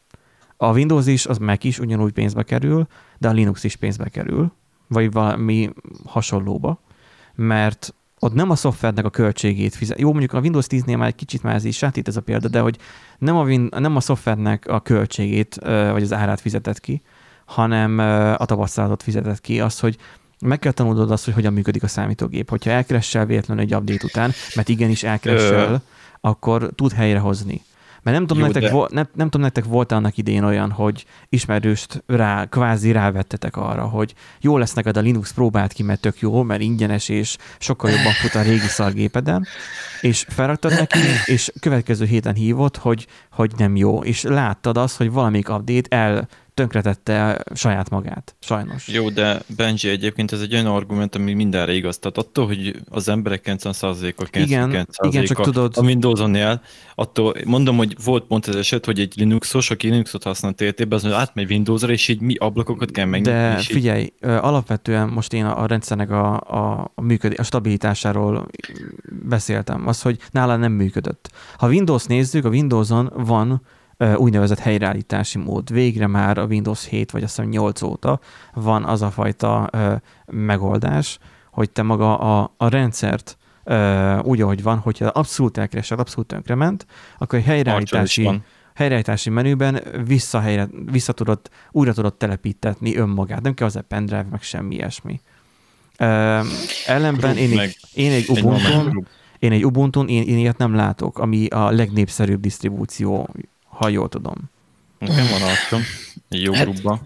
A Windows is, az Mac is ugyanúgy pénzbe kerül, de a Linux is pénzbe kerül, vagy valami hasonlóba, mert ott nem a szoftvernek a költségét fizet. Jó, mondjuk a Windows tíznél már egy kicsit már ez is sátít ez a példa, de hogy nem a, win- nem a szoftvernek a költségét, vagy az árát fizetett ki, hanem a tapasztalatot fizetett ki, az, hogy meg kell tanulnod azt, hogy hogyan működik a számítógép. Hogyha elkeressel véletlenül egy update után, mert igenis elkeressel, akkor tud helyrehozni. Mert nem tudom, Jó, nektek, de... vo- nem, nem tudom, nektek volt annak idén olyan, hogy ismerőst rá, kvázi rávettetek arra, hogy jó lesz neked a Linux, próbáld ki, mert tök jó, mert ingyenes, és sokkal jobban fut a régi szargépeden, és felraktad neki, és következő héten hívott, hogy, hogy nem jó, és láttad azt, hogy valamelyik update tönkretette saját magát, sajnos. Jó, de Benji, egyébként ez egy olyan argument, ami mindenre igaz. Tehát attól, hogy az emberek kilencven százaléka, kilencvenkilenc százaléka igen, csak tudod... a Windowson él, attól mondom, hogy volt pont ez eset, hogy egy Linuxos, aki Linuxot használ té el té-be, az mondja, átmegy Windowsra, és így mi ablakokat kell megnyitni. De figyelj, így... alapvetően most én a rendszernek a, a, a, működés, a stabilitásáról beszéltem, az, hogy nála nem működött. Ha Windows nézzük, a Windowson van úgynevezett helyreállítási mód. Végre már a Windows hét vagy azt hiszem nyolc óta van az a fajta ö, megoldás, hogy te maga a, a rendszert ö, úgy, ahogy van, hogyha abszolút elkeresed, abszolút tönkrement, akkor egy helyreállítási, helyreállítási menüben vissza, helyre, vissza tudod, újra tudod telepítetni önmagát. Nem kell az a pendrive, meg semmi ilyesmi. Ö, ellenben én egy, én egy Ubuntu-n, én egy Ubuntu-n én, én ilyet nem látok, ami a legnépszerűbb disztribúció, ha jól tudom. Nekem van Archon, egy jó hát, grupba.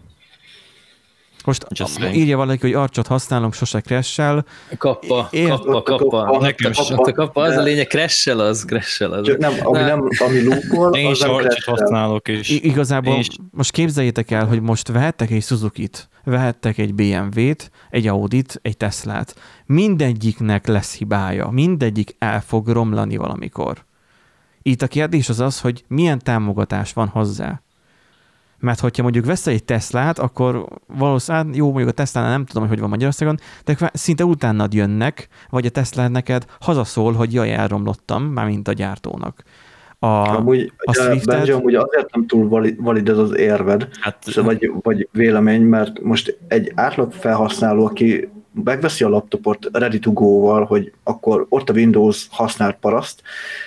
Most írja valaki, hogy Archot használom, sose crash-sel. Kappa, Ér... kappa, kappa. Nekem is. Kappa, kappa, az a lényeg, crash-sel az, crash-sel az. Nem, ami nem, ami loopol, én is Archot használok. És I- igazából is... most képzeljétek el, hogy most vehettek egy Suzukit, vehettek egy bé em vé-t, egy Audit, egy Teslát. Mindegyiknek lesz hibája, mindegyik el fog romlani valamikor. Itt a kérdés az az, hogy milyen támogatás van hozzá. Mert hogyha mondjuk veszel egy Teslát, akkor valószínűleg, jó, mondjuk a Teslánál nem tudom, hogy hogy van Magyarországon, de szinte utánad jönnek, vagy a Tesla neked hazaszól, hogy jaj, elromlottam, mármint a gyártónak. A, amúgy, a Swiftet... Benji, amúgy azért nem túl valid, valid ez az érved, hát, vagy, vagy vélemény, mert most egy átlag felhasználó, aki megveszi a laptopot ready to go-val, hogy akkor ott a Windows használt paraszt,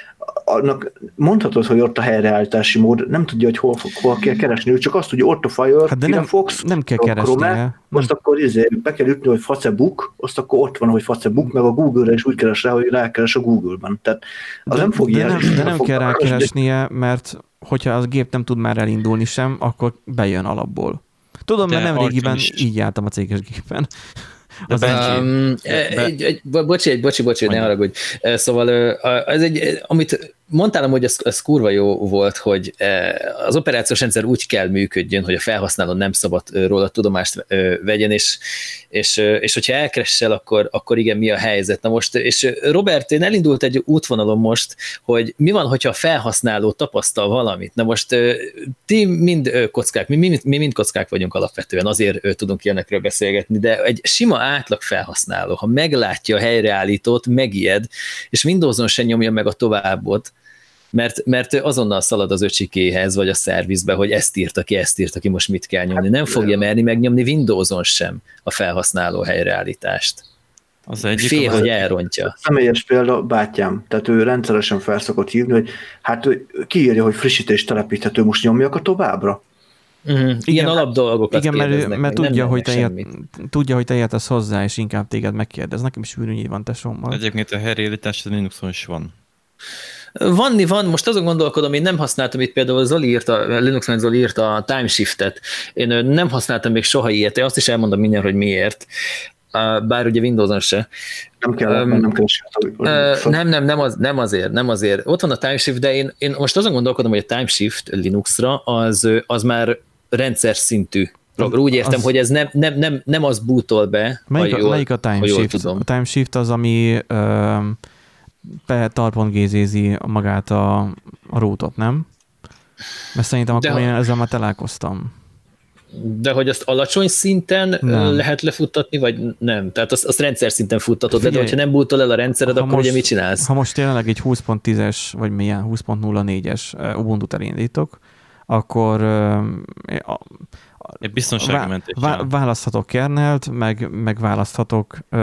annak mondhatod, hogy ott a helyreállítási mód, nem tudja, hogy hol, hol kell keresni, ő csak azt tudja, ott a Fire, hát de nem, Fox, nem kell keresnie. Most nem. Akkor izé, be kell ütni, hogy Facebook, azt akkor ott van, hogy Facebook, meg a Google-re is úgy keres rá, hogy rákeres a Google-ban. Tehát az de, nem fog de ilyen. Nem, de nem kell rákeresnie, mert hogyha az gép nem tud már elindulni sem, akkor bejön alapból. Tudom, de mert nem régiben így jártam a céges gépen. De Benji, um, egy, egy, bocsi, egy, bocsi, bocsi, ne haragudj. Szóval ez egy, amit mondtál, hogy ez, ez kurva jó volt, hogy az operációs rendszer úgy kell működjön, hogy a felhasználó nem szabad róla tudomást vegyen, és, és, és hogyha elkeressel, akkor, akkor igen, mi a helyzet. Na most, és Robert, én elindult egy útvonalon most, hogy mi van, hogyha a felhasználó tapasztal valamit. Na most ti mind kockák, mi, mi, mi mind kockák vagyunk alapvetően, azért tudunk ilyenekről beszélgetni, de egy sima átlag felhasználó, ha meglátja a helyreállítót, megijed, és Windowson se nyomja meg a továbbot, Mert, mert azonnal szalad az öcsikéhez, vagy a szervizbe, hogy ezt írta ki, ezt írta ki, most mit kell nyomni. Nem fogja merni megnyomni Windowson sem a felhasználó helyreállítást. Az egyik Fél, az hogy elrontja. Személyes példa bátyám, tehát ő rendszeresen felszokott hívni, hogy hát ő kiírja, hogy frissítés telepíthető, most nyomjak a továbbra. Uh-huh. Ilyen igen, alapdolgokat igen, mert, mert meg, tudja, hogy te ért, tudja, hogy te értesz hozzá, és inkább téged megkérdez. Nekem is űrűnyi van tesómmal. Egyébként a helyreállítás a Linuxon is van. Vanni van, most azon gondolkodom, én nem használtam itt például Zoli írta, Linuxon Zoli írta a timeshiftet. Én nem használtam még soha ilyet, én azt is elmondom mindjárt, hogy miért. Bár ugye Windowson se. Nem kell, um, nem kell uh, nem, nem, nem, az, nem azért, nem azért. Ott van a timeshift, de én, én most azon gondolkodom, hogy a timeshift Linuxra az, az már rendszer szintű. Úgy értem, az... hogy ez nem, nem, nem, nem az bootol be, melyik, ha jól, melyik a timeshift? A timeshift az, ami uh, betarpongézézi magát a, a rootot, nem? Mert szerintem akkor de, én ezzel már találkoztam. De hogy azt alacsony szinten nem lehet lefuttatni, vagy nem? Tehát azt, azt rendszer szinten futtatod, Figyelj, de hogyha nem bootol el a rendszered, akkor most, ugye mit csinálsz? Ha most tényleg egy húsz pont tízes, vagy milyen húsz pont nulla négyes Ubuntu-t elindítok, akkor uh, egy biztonsági mentés. Vá- választhatok kernelt, meg, meg választhatok uh,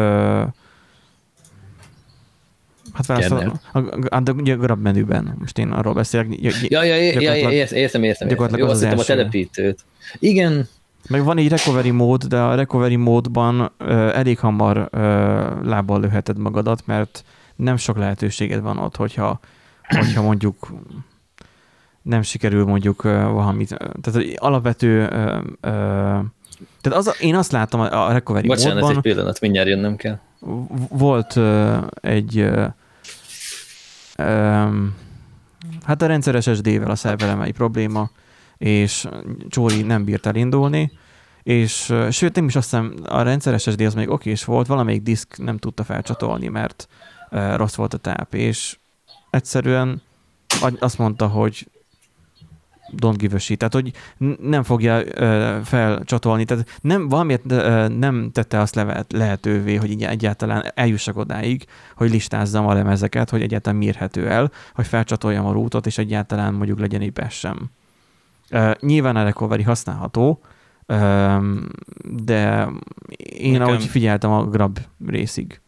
hát választhatok a, a, a, a grab menüben. Most én arról beszélek. Ja, ja, ja, ja értem, értem. értem. Jó, azt hittem a telepítőt. Igen. Meg van egy recovery mód, de a recovery módban uh, elég hamar uh, lábbal lőheted magadat, mert nem sok lehetőséged van ott, hogyha, hogyha mondjuk nem sikerül mondjuk uh, valamit. Tehát alapvető uh, uh, tehát az, én azt láttam a, a recovery Bocsánat, módban. Bocsánat, egy pillanat, mindjárt jönnem kell. Volt uh, egy uh, um, hát a rendszeres es dé-vel a szervelemei probléma, és Csóri nem bírt elindulni, és sőt, nem is azt hiszem, a rendszer es es dé az még okés volt, valamelyik diszk nem tudta felcsatolni, mert uh, rossz volt a táp, és egyszerűen azt mondta, hogy don't give a shit, tehát hogy nem fogja uh, felcsatolni, tehát nem, valamiért uh, nem tette azt lehet, lehetővé, hogy így egyáltalán eljussak odáig, hogy listázzam a lemezeket, hogy egyáltalán mérhető el, hogy felcsatoljam a rootot, és egyáltalán mondjuk legyen egy patch sem. Uh, nyilván a recovery használható, uh, de én Nekem... ahogy figyeltem a grab részig.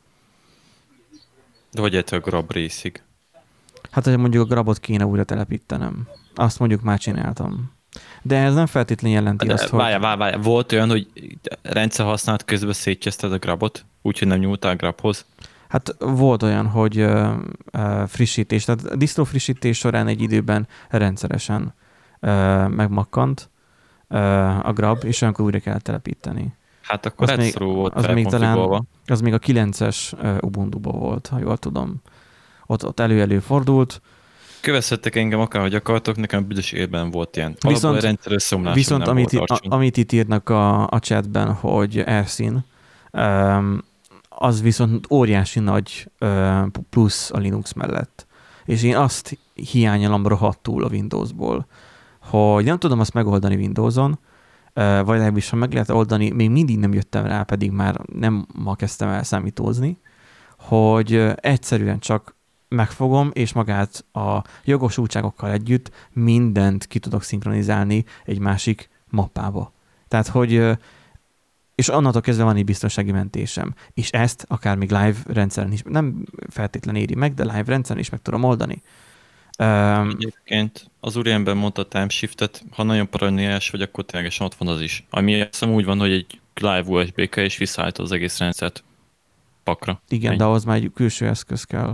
De hogy érte a grab részig? Hát, hogy mondjuk a grabot kéne újra telepítenem. Azt mondjuk már csináltam. De ez nem feltétlenül jelenti de azt, hogy... Várjál, várjál, várjál. Volt olyan, hogy rendszer használat közben szétcseszted a grabot, úgyhogy nem nyúltál a grabhoz? Hát volt olyan, hogy uh, uh, frissítés, tehát a distro frissítés során egy időben rendszeresen uh, megmakkant uh, a grab, és olyankor újra kellett telepíteni. Hát akkor az még, volt az még talán, az még a kilences uh, Ubuntu-ba volt, ha jól tudom. Ott, ott elő-elő fordult. Kövezhettek engem akárhogy akartok, nekem büdös élben volt ilyen. Viszont, viszont amit, a, amit itt írnak a, a chatben, hogy Ersin, um, az viszont óriási nagy uh, plusz a Linux mellett. És én azt hiányolom rohadtul a Windowsból, hogy nem tudom azt megoldani Windowson, uh, vagy legalábbis, ha meg lehet oldani, még mindig nem jöttem rá, pedig már nem ma kezdtem el számítózni, hogy uh, egyszerűen csak megfogom, és magát a jogosultságokkal együtt mindent ki tudok szinkronizálni egy másik mappába. Tehát, hogy és annantól kezdve van egy biztonsági mentésem. És ezt akár még live rendszeren is, nem feltétlenül éri meg, de live rendszeren is meg tudom oldani. Egyébként az úriember mondta a timeshiftet, ha nagyon paranoiás vagy, akkor ténylegesen ott van az is. Ami azt úgy van, hogy egy live u es bé-kel és visszaállítod az egész rendszert pakra. Igen, egy. De ahhoz már egy külső eszköz kell.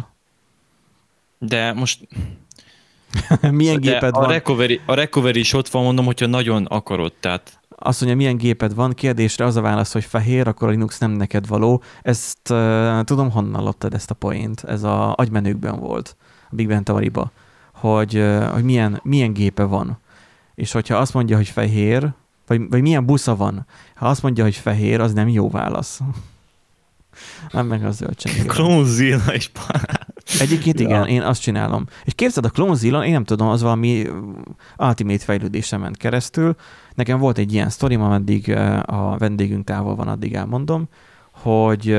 De most... milyen de géped a van? Recovery, a recovery is ott van, mondom, hogyha nagyon akarod, tehát... Azt mondja, milyen géped van, kérdésre az a válasz, hogy fehér, akkor a Linux nem neked való. Ezt uh, tudom, honnan lottad ezt a point. Ez a agymenőkben volt, a Big Bang Theory-ba, hogy, uh, hogy milyen, milyen gépe van. És hogyha azt mondja, hogy fehér, vagy, vagy milyen busza van, ha azt mondja, hogy fehér, az nem jó válasz. Nem meg a zöld csengél. Clonezilla is Egyébként igen, ja. Én azt csinálom. És képzeld, a Clonezilla, én nem tudom, az valami ultimate fejlődésen ment keresztül. Nekem volt egy ilyen sztorim, ameddig a vendégünk távol van, addig elmondom, hogy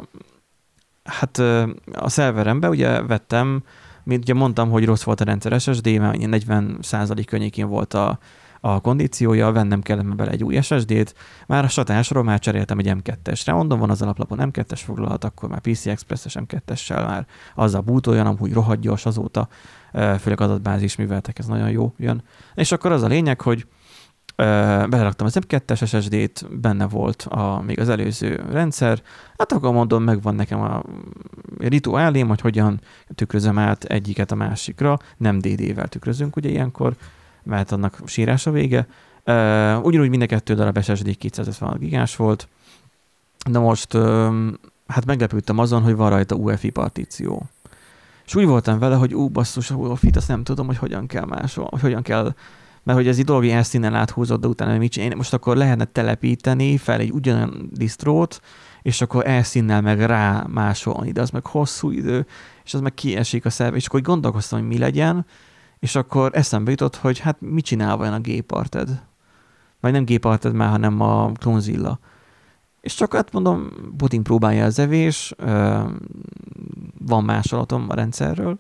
hát a szerverembe ugye vettem, mint ugye mondtam, hogy rossz volt a rendszer es es dé, mert negyven százalék környékén volt a a kondíciója, vennem kellett bele egy új es es dét, már a satásról már cseréltem egy em kettesre, mondom, van az alaplapon em kettes foglalhat, akkor már pé cé Express-es em kettessel már azzal bootoljon, amúgy rohadt gyors azóta, főleg adatbázis műveltek, ez nagyon jó jön. És akkor az a lényeg, hogy beleraktam az em kettes es es dét, benne volt a, még az előző rendszer, hát akkor mondom, megvan nekem a rituálém, hogy hogyan tükrözöm át egyiket a másikra, nem dé dé-vel tükrözünk ugye ilyenkor, mert annak sírás a vége. Uh, ugyanúgy mind a kettő darab es es dé kétszázötven gigás volt, de most uh, hát meglepődtem azon, hogy van rajta u ef i partíció. És úgy voltam vele, hogy ú, basszus, a u ef i-t azt nem tudom, hogy hogyan kell máshol, hogy hogyan kell, mert hogy ez egy dolog, hogy elszínen áthúzott, de utána mit csinálni. Most akkor lehetne telepíteni fel egy ugyanolyan distrót, és akkor elszínnel meg rá másolni, de az meg hosszú idő, és az meg kiesik a szerver, és akkor gondolkoztam, hogy mi legyen, és akkor eszembe jutott, hogy hát mit csinál vajon a Gparted? Vagy nem Gparted már, hanem a Clonezilla. És csak hát mondom, Putin próbálja az evés, van másolatom a rendszerről,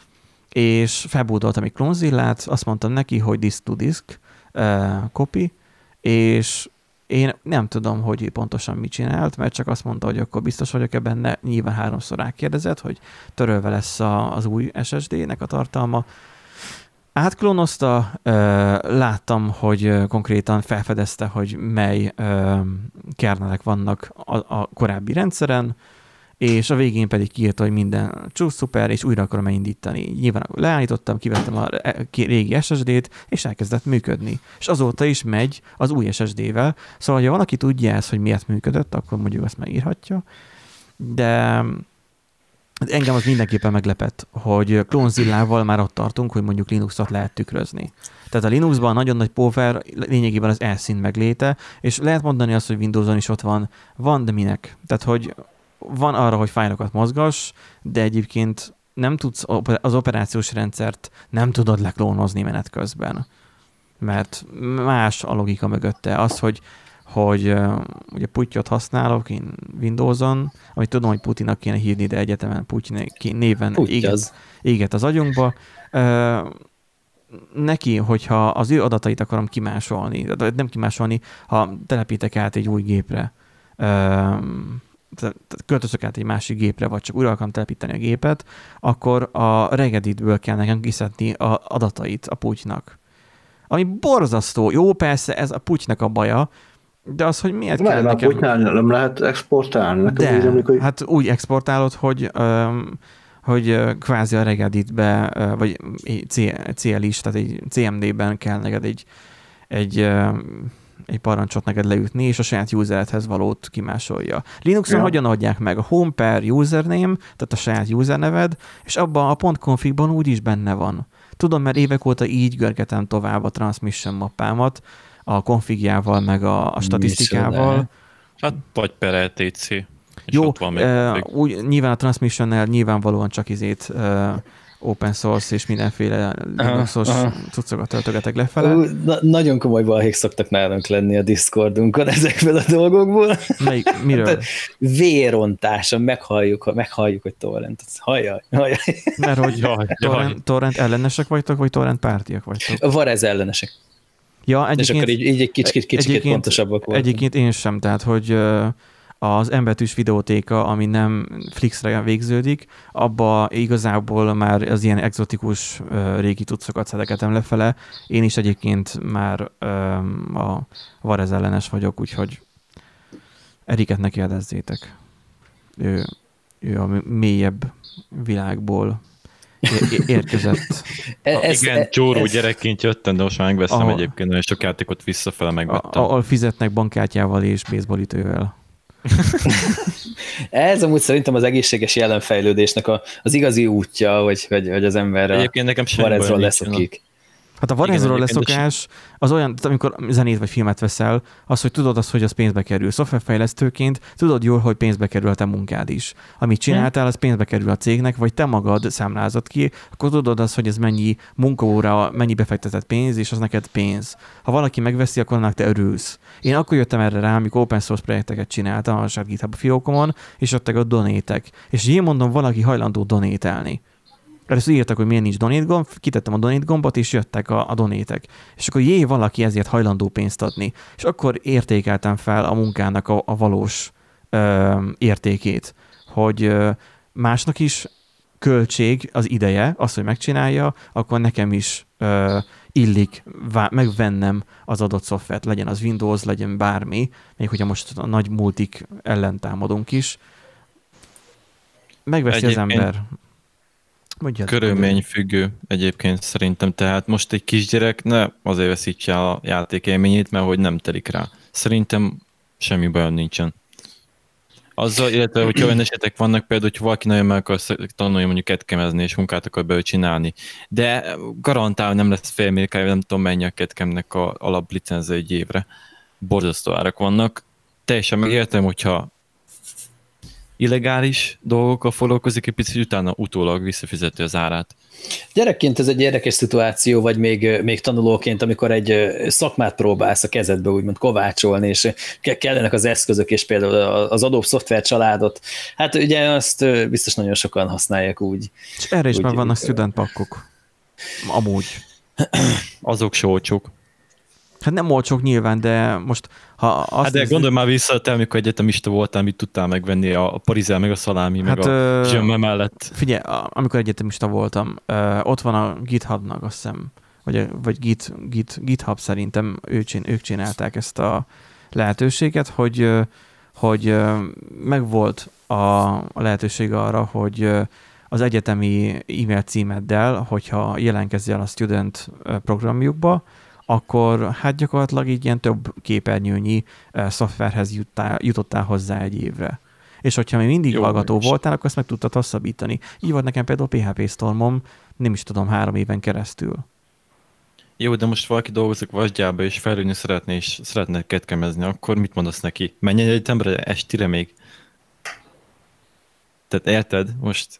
és felbúdoltam egy Clonezillát, azt mondtam neki, hogy disk to disk copy, és én nem tudom, hogy pontosan mit csinált, mert csak azt mondta, hogy akkor biztos vagyok-e benne, nyilván háromszor rákérdezett, hogy törölve lesz a, az új es es dé-nek a tartalma. Átklónozta, láttam, hogy konkrétan felfedezte, hogy mely kernelek vannak a, a korábbi rendszeren, és a végén pedig kiírta, hogy minden csúsz szuper, és újra akarom elindítani. Nyilván leállítottam, kivettem a régi es es dét, és elkezdett működni. És azóta is megy az új es es dé-vel. Szóval, ha valaki tudja ezt, hogy miért működött, akkor mondjuk azt megírhatja. De Engem az mindenképpen meglepett, hogy Clonezilla-val már ott tartunk, hogy mondjuk Linuxot lehet tükrözni. Tehát a Linuxban nagyon nagy power lényegében az elszín megléte, és lehet mondani azt, hogy Windowson is ott van, van, de minek? Tehát, hogy van arra, hogy fájlokat mozgass, de egyébként nem tudsz az operációs rendszert nem tudod leklónozni menet közben. Mert más a logika mögötte. Az, hogy, hogy ugye Putyot használok én Windowson, amit tudom, hogy Putinak kéne hívni, de egyetemen Putyin néven éget, éget az agyunkba. Neki, hogyha az ő adatait akarom kimásolni, nem kimásolni, ha telepítek át egy új gépre, költözök át egy másik gépre, vagy csak újra akarom telepíteni a gépet, akkor a Regeditből kell nekem kiszedni az adatait a Putynak. Ami borzasztó. Jó, persze, ez a Putynak a baja, de az, hogy miért Már kell nekem... nekem... Putynál nem lehet exportálni. De, úgy, amikor... hát úgy exportálod, hogy, hogy kvázi a Regeditbe, vagy cé el is, tehát egy cé em dé-ben kell neked egy, egy, egy parancsot neked leütni, és a saját useredhez valót kimásolja. Linuxon ja. hogyan adják meg? A home per username, tehát a saját userneved, és abban a .config-ban úgyis benne van. Tudom, mert évek óta így görgetem tovább a transmission mappámat, a konfigjával, meg a, a statisztikával. Hát vagy per el té cé. Jó, uh, úgy, nyilván a transmissionnel nyilvánvalóan csak izét uh, open source és mindenféle Linuxos cuccokat töltögetek lefele. Uh, na, nagyon komoly balhék szoktak nálunk lenni a Discordunkon ezekből a dolgokból. Melyik, miről? Vérontása, meghalljuk, meghalljuk, hogy torrent. Hajjaj, hajjaj. Mert hogy jaj, torrent, jaj. torrent ellenesek vagytok, vagy torrent pártiak vagytok? Varez ellenesek. Ja, és akkor így, így egy kicsit, kicsit pontosabbak voltunk. Egyébként én sem, tehát hogy az embetűs videótéka, ami nem Flixre végződik, abba igazából már az ilyen egzotikus régi tudszokat szedegetem lefele. Én is egyébként már a Varez ellenes vagyok, úgyhogy Eriket ne kérdezzétek. Ő, ő a mélyebb világból érkezett. Ez, igen, csóró ez, gyerekként jöttem, de most már megveszem ahol, egyébként, és sok játékot visszafele megvettem. Ahol fizetnek bankkártyával és baseballütővel. Ez amúgy szerintem az egészséges jelenfejlődésnek a, az igazi útja, hogy, hogy, hogy az ember egyébként nekem Varezról leszokik. Hát a Varezról leszokás az olyan, amikor zenét vagy filmet veszel, az, hogy tudod azt, hogy az pénzbe kerül. Szoftverfejlesztőként tudod jól, hogy pénzbe kerül a te munkád is. Amit csináltál, az pénzbe kerül a cégnek, vagy te magad számlázod ki, akkor tudod azt, hogy ez mennyi munkaóra, mennyi befektetett pénz, és az neked pénz. Ha valaki megveszi, akkor annak te örülsz. Én akkor jöttem erre rá, amikor open source projekteket csináltam a saját GitHub fiókomon, és jöttek a donétek. És én mondom, valaki hajlandó donételni. Először írtak, hogy miért nincs donate gomb, kitettem a donate gombot, és jöttek a, a donétek. És akkor jé, valaki ezért hajlandó pénzt adni. És akkor értékeltem fel a munkának a, a valós ö, értékét, hogy ö, másnak is költség az ideje, az, hogy megcsinálja, akkor nekem is ö, illik vá- megvennem az adott szoftvert, legyen az Windows, legyen bármi, még hogyha most a nagy multik ellen támadunk is. Megveszi egyébként az ember. Mondjad, körülményfüggő egyébként szerintem, tehát most egy kisgyerek ne azért veszítse el a játékélményét, mert hogy nem telik rá. Szerintem semmi bajom nincsen. Azzal, illetve, hogyha olyan esetek vannak például, hogy valaki nagyon meg akar tanulni mondjuk ketkemezni, és munkát akar belőle csinálni, de garantál nem lesz félmérkája, nem tudom mennyi a ketkemnek a alaplicenze egy évre. Borzasztó árak vannak. Teljesen megértem, hogyha illegális dolgokkal foglalkozik, egy picit utána utólag visszafizeti az árát. Gyerekként ez egy érdekes szituáció, vagy még, még tanulóként, amikor egy szakmát próbálsz a kezedbe úgymond kovácsolni, és kellenek az eszközök, és például az Adobe Software családot. Hát ugye azt biztos nagyon sokan használják úgy. És erre is úgy, már vannak student pakkok. Amúgy. Azok se olcsók. Hát nem olcsók nyilván, de most ha azt hát de nézzük... gondolj már vissza, te amikor egyetemista voltál, mit tudtál megvenni a parizel, meg a szalámi, hát, meg a zsömme mellett. Figyelj, amikor egyetemista voltam, ott van a GitHubnak, azt hiszem, vagy, vagy Git, Git, GitHub szerintem ők, ők csinálták ezt a lehetőséget, hogy, hogy megvolt a, a lehetőség arra, hogy az egyetemi e-mail címeddel, hogyha jelentkezzél a student programjukba, akkor hát gyakorlatilag így ilyen több képernyőnyi uh, szoftverhez juttál, jutottál hozzá egy évre. és hogyha még mindig jó, hallgató voltál, akkor ezt meg tudtad hosszabbítani. Így volt nekem például pé há pé Stormom, nem is tudom, három éven keresztül. Jó, de most valaki dolgozik vasgyába, és fejlődni szeretné, és szeretne ketkemezni, akkor mit mondasz neki? Menjen egyetemre estire még? Tehát érted? Most...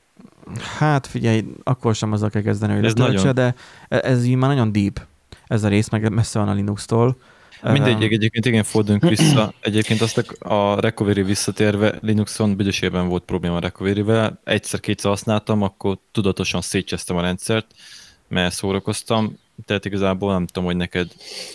Hát figyelj, akkor sem azzal kell kezdeni, hogy letöltse, nagyon... de ez így már nagyon deep. Ez a rész, meg messze van a Linux-tól. Mindegy, egyébként igen, forduljunk vissza. Egyébként azt a recovery visszatérve, Linuxon büdösében volt probléma a recovery-vel. Egyszer-kétszer használtam, akkor tudatosan szétcsesztem a rendszert, mert szórakoztam. Tehát igazából nem tudom, hogy neked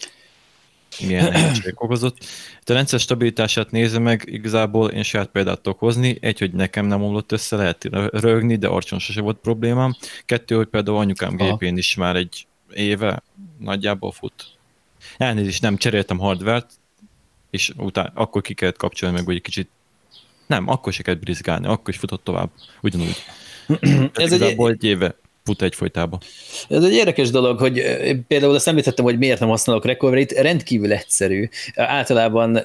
milyen nehézségek okozott. A rendszer stabilitását nézve meg, igazából én saját példát tudok hozni. Egy, hogy nekem nem omlott össze, lehet rögni, de arcson sose volt problémám. Kettő, hogy például anyukám gépén is már egy éve nagyjából fut. Elnézést, nem cseréltem hardvert, és utána akkor ki kellett kapcsolni meg, hogy egy kicsit nem, akkor se kellett brizgálni, akkor is futott tovább, ugyanúgy. Ez egy, egy éve fut egyfolytában. Ez egy érdekes dolog, hogy például azt említettem, hogy miért nem használok recovery-t, rendkívül egyszerű. Általában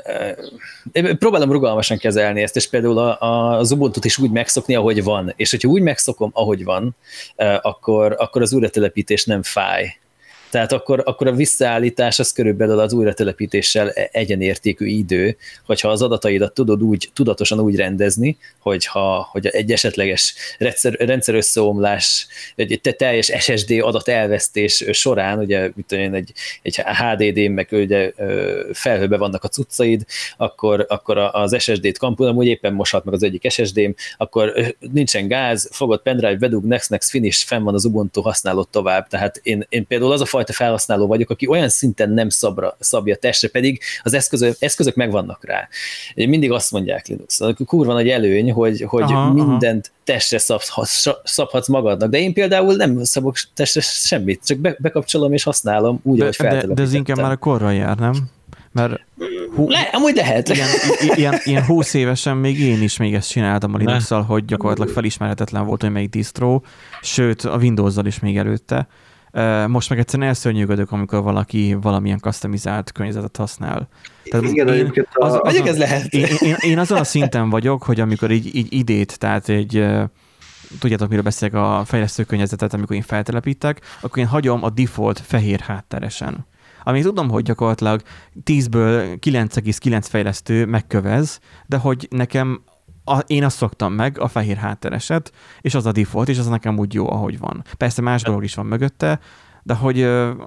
próbálom rugalmasan kezelni ezt, és például a, az Ubuntu-t is úgy megszokni, ahogy van. És hogyha úgy megszokom, ahogy van, akkor, akkor az újratelepítés nem fáj. Tehát akkor, akkor a visszaállítás az körülbelül az újratelepítéssel egyenértékű idő, hogyha az adataidat tudod úgy, tudatosan úgy rendezni, hogyha, hogy egy esetleges rendszer, rendszer összeomlás, egy teljes es es dé adat elvesztés során, ugye mit tudom én, egy, egy há dé dé, meg ugye felhőbe vannak a cuccaid, akkor, akkor az es es dét kampul, amúgy éppen moshat meg az egyik es es dém, akkor nincsen gáz, fogod pendrive, bedug, next, next, finish, fenn van az Ubuntu, használod tovább. Tehát én, én például az a fajta felhasználó vagyok, aki olyan szinten nem szabra, szabja testre, pedig az eszközök, eszközök megvannak rá. Mindig azt mondják Linux, kurva nagy előny, hogy, hogy aha, mindent aha. testre szabhatsz, szabhatsz magadnak, de én például nem szabok testre semmit, csak be, bekapcsolom és használom úgy, de, ahogy feltelepítettem. De ez inkább már a korra jár, nem? Mert hú, Le, amúgy lehet. Ilyen, ilyen, ilyen húsz évesen még én is még ezt csináltam a Linux-szal, hogy gyakorlatilag felismerhetetlen volt, hogy melyik distro, sőt a Windows-zal is még előtte. Most meg egyszerűen elszörnyűködök, amikor valaki valamilyen customizált környezetet használ. Tehát igen, én, az, az, az, ez lehet. Én, én, én azon a szinten vagyok, hogy amikor így, így idét, tehát egy, tudjátok, miről beszélek, a fejlesztő környezetet, amikor én feltelepítek, akkor én hagyom a default fehér hátteresen. Ami tudom, hogy gyakorlatilag tízből kilenc egész kilenc fejlesztő megkövez, de hogy nekem A, én azt szoktam meg, a fehér háttereset, és az a default, és az nekem úgy jó, ahogy van. Persze más dolog is van mögötte, de hogy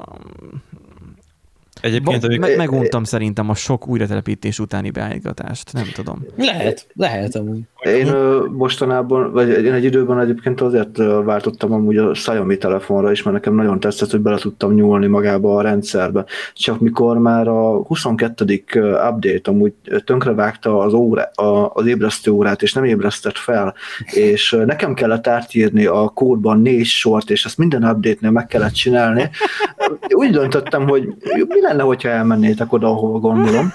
Egyébként me- meg, meguntam szerintem a sok újratelepítés utáni beállítatást, nem tudom. Lehet, lehet amúgy. Én ö, mostanában, vagy én egy időben egyébként azért váltottam amúgy a Xiaomi telefonra is, mert nekem nagyon tetszett, hogy bele tudtam nyúlni magába a rendszerbe. Csak mikor már a huszonkettedik update amúgy tönkrevágta az, órá, a, az ébresztő órát, és nem ébresztett fel, és nekem kellett átírni a kódban négy sort, és ezt minden update-nél meg kellett csinálni. Úgy döntöttem, hogy mi lenne, hogyha elmennétek oda, ahol gondolom.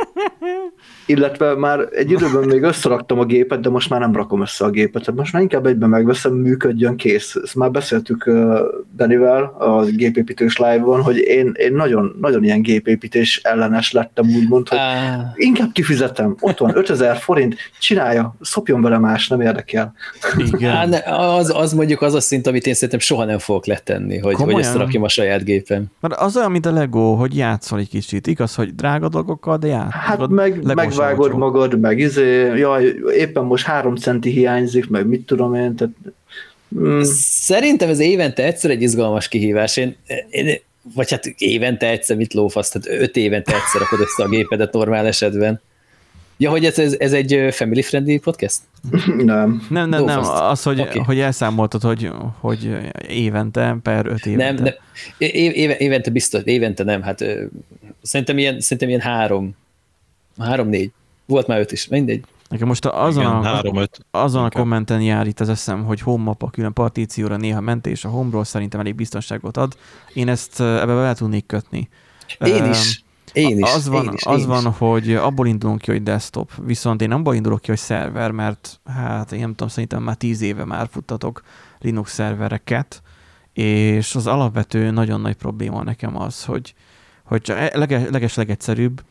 Illetve már egy időben még összeraktam a gépet, de most már nem rakom össze a gépet. Tehát most már inkább egyben megveszem, működjön, kész. Ezt már beszéltük Danivel a gépépítős live-on, hogy én, én nagyon, nagyon ilyen gépépítés ellenes lettem, úgymond, hogy uh... inkább kifizetem. Ott van ötezer forint, csinálja, szopjon vele más, nem érdekel. Igen. Az, az mondjuk az a szint, amit én szerintem soha nem fogok letenni, hogy, hogy összerakjam a saját gépem. Mert az olyan, mint a Lego, hogy játszol egy kicsit. Igaz, hogy drága dolgokkal, de játszol. Hát meg, megvágod magad, meg izé, jaj, éppen most három centi hiányzik, meg mit tudom én, tehát... Mm. Szerintem ez évente egyszer egy izgalmas kihívás. Én, én, vagy hát évente egyszer mit lófasz, tehát öt évente egyszer rakod össze a gépedet normál esetben. Ja, hogy ez, ez egy family friendly podcast? Nem. Nem, nem, nem. Az, hogy, okay. hogy elszámoltad, hogy, hogy évente per öt évente. Nem, nem. É, évente biztos, évente nem. Hát szerintem ilyen, szerintem ilyen három, három-négy. Volt már öt is, mindegy. Nekem most azon, igen, a, három, öt, azon a kommenten jár itt az eszem, hogy home a külön partícióra néha mentés a home-ról szerintem elég biztonságot ad. Én ezt ebbe bele tudnék kötni. Én uh, is. Én is. Az van, én is, az én van is. hogy abból indulunk ki, hogy desktop, viszont én abból indulok ki, hogy szerver, mert hát én nem tudom, szerintem már tíz éve már futtatok Linux szervereket, és az alapvető nagyon nagy probléma nekem az, hogy, hogy leges, leges legegyszerűbb,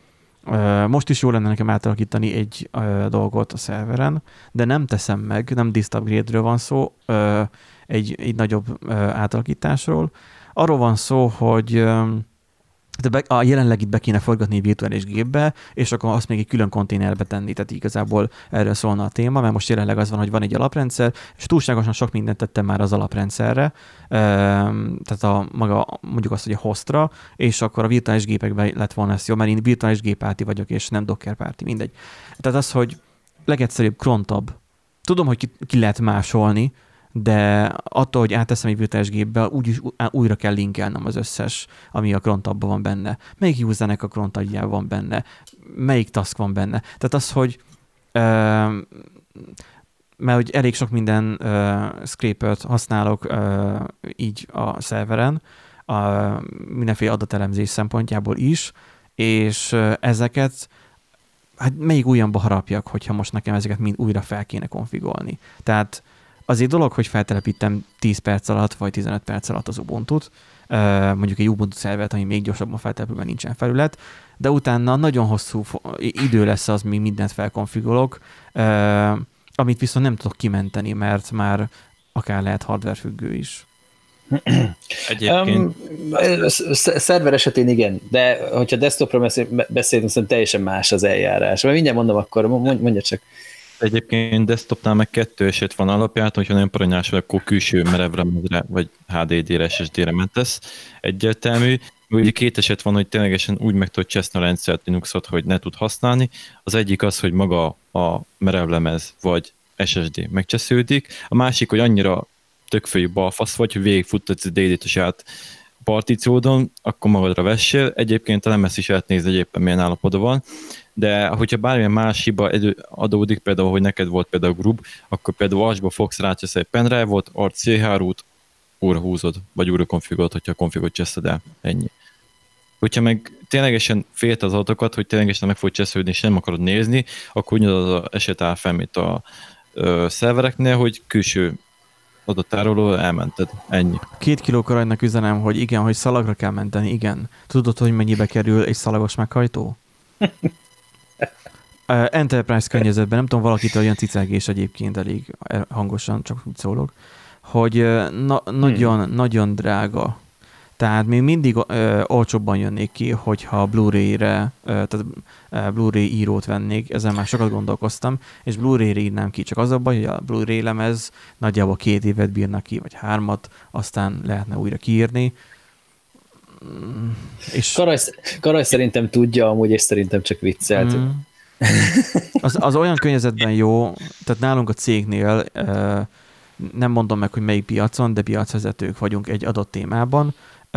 Most is jó lenne nekem átalakítani egy dolgot a szerveren, de nem teszem meg, nem disk upgrade-ről van szó, egy, egy nagyobb átalakításról. Arról van szó, hogy de a jelenlegit be kéne forgatni egy virtuális gépbe, és akkor azt még egy külön konténerbe tenni, tehát igazából erről szólna a téma, mert most jelenleg az van, hogy van egy alaprendszer, és túlságosan sok mindent tettem már az alaprendszerre, tehát a maga, mondjuk azt, hogy a hostra, és akkor a virtuális gépekben lett volna ez jó, mert én virtuális gépárti vagyok, és nem Docker párti, mindegy. Tehát az, hogy legegyszerűbb, crontabb. Tudom, hogy ki, ki lehet másolni, de attól, hogy áteszem egy virtuális gépbe, úgy, újra kell linkelnem az összes, ami a crontabban van benne. Melyik usernek a cron tagjában van benne, melyik task van benne. Tehát az, hogy uh, mert hogy elég sok minden uh, scraper-t használok uh, így a szerveren, uh, mindenféle adatelemzés szempontjából is, és uh, ezeket hát melyik újamba harapjak, hogyha most nekem ezeket mind újra fel kéne konfigolni. Tehát az egy dolog, hogy feltelepítem tíz perc alatt, vagy tizenöt perc alatt az Ubuntu-t, mondjuk egy Ubuntu szervert, ami még gyorsabban feltelepül, mert nincsen felület, de utána nagyon hosszú idő lesz az, míg mindent felkonfigolok, amit viszont nem tudok kimenteni, mert már akár lehet hardware függő is. Egyébként... Um, szerver esetén igen, de hogyha desktopra beszélünk, szerintem teljesen más az eljárás. Mert mindjárt mondom, akkor mondja csak. Egyébként desktopnál meg kettő eset van alapját, hogyha nagyon paranyás vagy, akkor külső merevlemezre, vagy há dé dé-re, es es dé-re mentesz. Egyértelmű. Ugye két eset van, hogy ténylegesen úgy meg tudod cseszni a rendszert, Linuxot, hogy ne tud használni. Az egyik az, hogy maga a merevlemez, vagy es es dé megcsesződik. A másik, hogy annyira tökfejű balfasz vagy, hogy végigfuttatsz a dé dé-t a saját partíciódon, akkor magadra vessél. Egyébként a lemez is lehet nézni, hogy éppen milyen állapotban van. De hogyha bármilyen más hiba adódik, például, hogy neked volt például grub, akkor például asba fogsz rácsesz egy pendrive-ot, art cé há root, újra húzod, vagy újra konfigolod, hogyha a konfigot cseszed el. Ennyi. Hogyha meg ténylegesen félt az adatokat, hogy ténylegesen meg fog csesződni, és nem akarod nézni, akkor ugyanaz az eset áll fenn, mint a ö, szervereknél, hogy külső adattároló elmented. Ennyi. Két kiló karajnak üzenem, hogy igen, hogy szalagra kell menteni, igen. Tudod, hogy mennyibe kerül egy szalagos meghajtó? Uh, Enterprise környezetben, nem tudom, valakitől olyan cicegés egyébként elég hangosan, csak úgy szólok, hogy uh, na, nagyon, hmm. nagyon drága. Tehát még mindig uh, olcsóbban jönnék ki, hogyha Blu-ray-re, uh, tehát uh, Blu-ray írót vennék, ezen már sokat gondolkoztam, és Blu-ray-re írnám ki, csak az a baj, hogy a Blu-ray lemez nagyjából két évet bírnak ki, vagy hármat, aztán lehetne újra kiírni. És... Karaj, Karaj szerintem tudja amúgy, és szerintem csak viccelt. Mm. Az, az olyan környezetben jó, tehát nálunk a cégnél nem mondom meg, hogy melyik piacon, de piacvezetők vagyunk egy adott témában.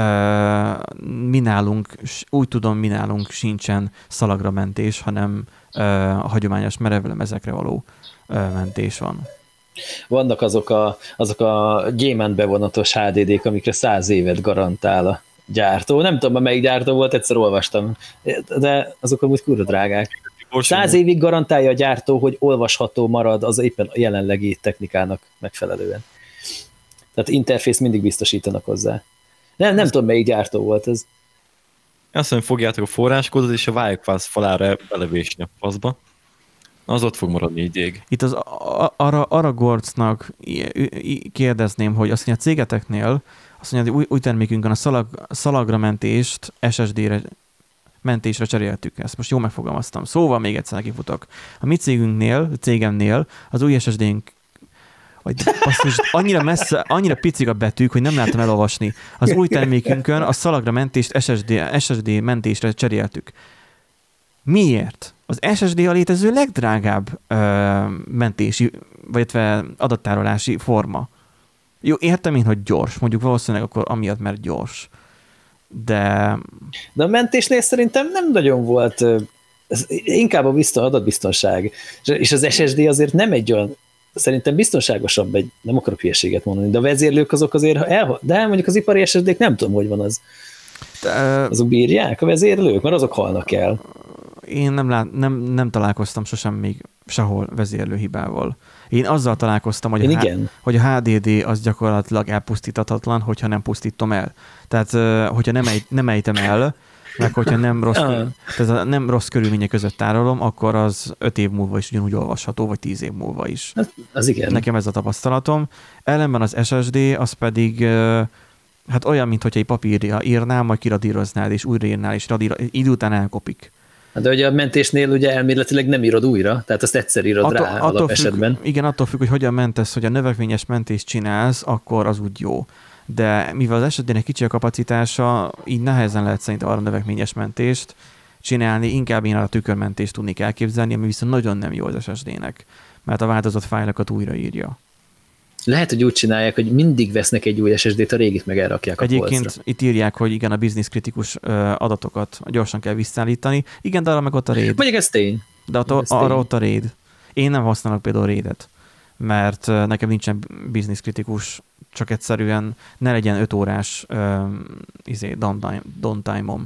Mi nálunk, úgy tudom, mi nálunk sincsen szalagra mentés, hanem a hagyományos merevlemezekre való mentés van. Vannak azok a, azok a gyémánt bevonatos há dé dé-k, amikre száz évet garantál a gyártó. Nem tudom, melyik gyártó volt, egyszer olvastam, de azok amúgy kurva drágák. Száz évig garantálja a gyártó, hogy olvasható marad az éppen a jelenlegi technikának megfelelően. Tehát interfész mindig biztosítanak hozzá. Nem, nem tudom, melyik gyártó volt ez. Azt mondom, fogjátok a forráskódot, és a vályogfász falára belevésni a faszba. Az ott fog maradni ideig. Itt az Aragorcnak kérdezném, hogy azt mondja, a cégeteknél azt mondja, hogy új, új termékünkön a szalag, szalagra mentést es es dé-re mentésre cseréltük. Ezt most jól megfogalmaztam. Szóval még egyszer nekifutok. A mi cégünknél, a cégemnél az új es es dé-nk annyira messze, annyira picik a betűk, hogy nem látom elolvasni. Az új termékünkön a szalagra mentést es es dé, es es dé mentésre cseréltük. Miért? Az es es dé a létező legdrágább ö, mentési, vagy adattárolási forma. Jó, értem én, hogy gyors. Mondjuk valószínűleg akkor amiatt, mert gyors. De... De a mentésnél szerintem nem nagyon volt, ez inkább a bizton, adatbiztonság. És az es es dé azért nem egy olyan, szerintem biztonságosabb, egy, nem akarok hülyeséget mondani, de a vezérlők azok azért, el, de mondjuk az ipari es es dé-k nem tudom, hogy van az. De, azok bírják a vezérlők, mert azok halnak el. Én nem, lát, nem, nem találkoztam sosem még sehol vezérlőhibával. Én azzal találkoztam, hogy, a, hogy a há dé dé az gyakorlatilag elpusztítathatlan, hogyha nem pusztítom el. Tehát, hogyha nem, ejt, nem ejtem el, meg hogyha nem rossz, tehát nem rossz körülmények között tárolom, akkor az öt év múlva is ugyanúgy olvasható, vagy tíz év múlva is. Az, az igen. Nekem ez a tapasztalatom. Ellenben az es es dé az pedig hát olyan, mint hogyha egy papírja írnál, majd kiradíroznád, és újraírnál, és radír, idő után elkopik. De ugye a mentésnél ugye elméletileg nem írod újra, tehát azt egyszer írod attól, rá alapesetben. Függ, igen, attól függ, hogy hogyan mentesz, hogy a növekményes mentést csinálsz, akkor az úgy jó. De mivel az es es dé-nek kicsi a kapacitása, így nehezen lehet szerintem arra növekményes mentést csinálni, inkább én a tükörmentést tudnék elképzelni, ami viszont nagyon nem jó az es es dé-nek, mert a változott fájlokat újraírja. Lehet, hogy úgy csinálják, hogy mindig vesznek egy új es es dét, a régit meg elrakják a Egyébként polcra. Itt írják, hogy igen, a business kritikus adatokat gyorsan kell visszaállítani. Igen, de arra meg ott a RAID. Mondjuk ez tény. De ott, arra tény. Ott a RAID. Én nem használok például RAID-et, mert nekem nincsen business kritikus, csak egyszerűen ne legyen öt órás uh, izé, downtime-om.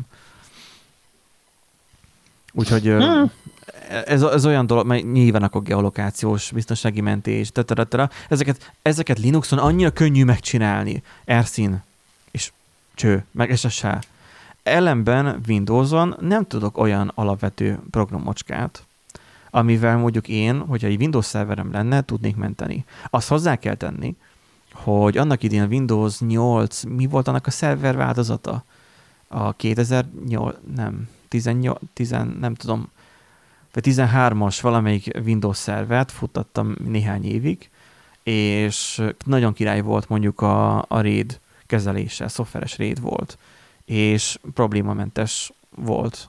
Úgyhogy hmm. ez, ez olyan dolog, mert nyilván akkor geolokációs, biztonsági mentés, teteretera. Ezeket, ezeket Linuxon annyira könnyű megcsinálni. Erszín és cső, meg es es há. Ellenben Windowson nem tudok olyan alapvető programocskát, amivel mondjuk én, hogyha egy Windows szerverem lenne, tudnék menteni. Azt hozzá kell tenni, hogy annak idén Windows nyolc, mi volt annak a szerver változata? A kétezer-nyolc, nem, tizennyolc, tíz, nem tudom, vagy tizenhármas valamelyik Windows szervert futtattam néhány évig, és nagyon király volt mondjuk a, a RAID kezelése, szoftveres RAID volt, és problémamentes volt.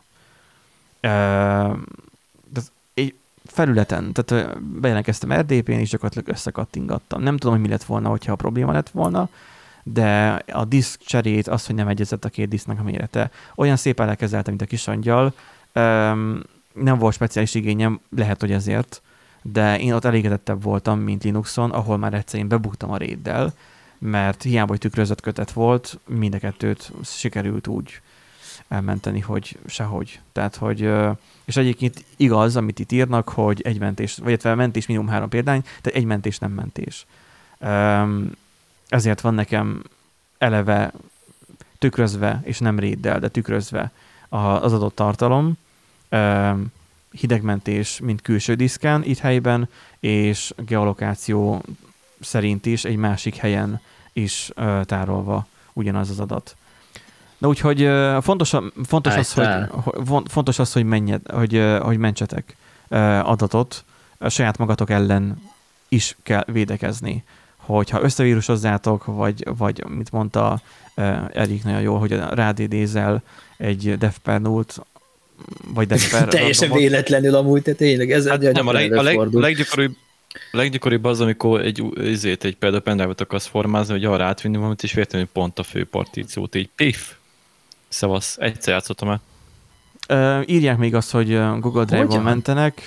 Egy felületen, tehát bejelentkeztem er dé pén, és gyakorlatilag összekattingattam. Nem tudom, hogy mi lett volna, hogyha a probléma lett volna, de a diszk cserét, az, hogy nem egyezett a két diszknek a mérete, olyan szépen lekezelte, mint a kis angyal. Nem volt speciális igényem, lehet, hogy ezért, de én ott elégedettebb voltam, mint Linuxon, ahol már egyszer én bebuktam a RAID-del, mert hiába, hogy tükrözött kötet volt, mind a kettőt sikerült úgy elmenteni, hogy sehogy. Tehát, hogy, és egyébként igaz, amit itt írnak, hogy egy mentés, vagy a mentés minimum három példány, tehát egy mentés nem mentés. Ezért van nekem eleve tükrözve, és nem RAID-del, de tükrözve az adott tartalom, hidegmentés, mint külső diszken itt helyben, és geolokáció szerint is egy másik helyen is tárolva ugyanaz az adat. Na úgyhogy fontos, fontos, az, hogy, fontos az, hogy, menjed, hogy, hogy mentsetek adatot, a saját magatok ellen is kell védekezni. Hogyha összevírusozzátok, vagy, vagy mit mondta Erik nagyon jól, hogy rádédézel egy devpernult, vagy devper... Teljesen véletlenül amúgy, te tényleg, ez hát nem, a, leg, a, leg, a leggyakoribb A leggyakoribb az, amikor egy, ezért egy például pendrive-ot akarsz formázni, hogy arra átvinni valamit, és véletlenül pont a fő partíciót így pif, szavasz, egyszer játszottam el. Uh, írják még azt, hogy Google Drive-on mentenek.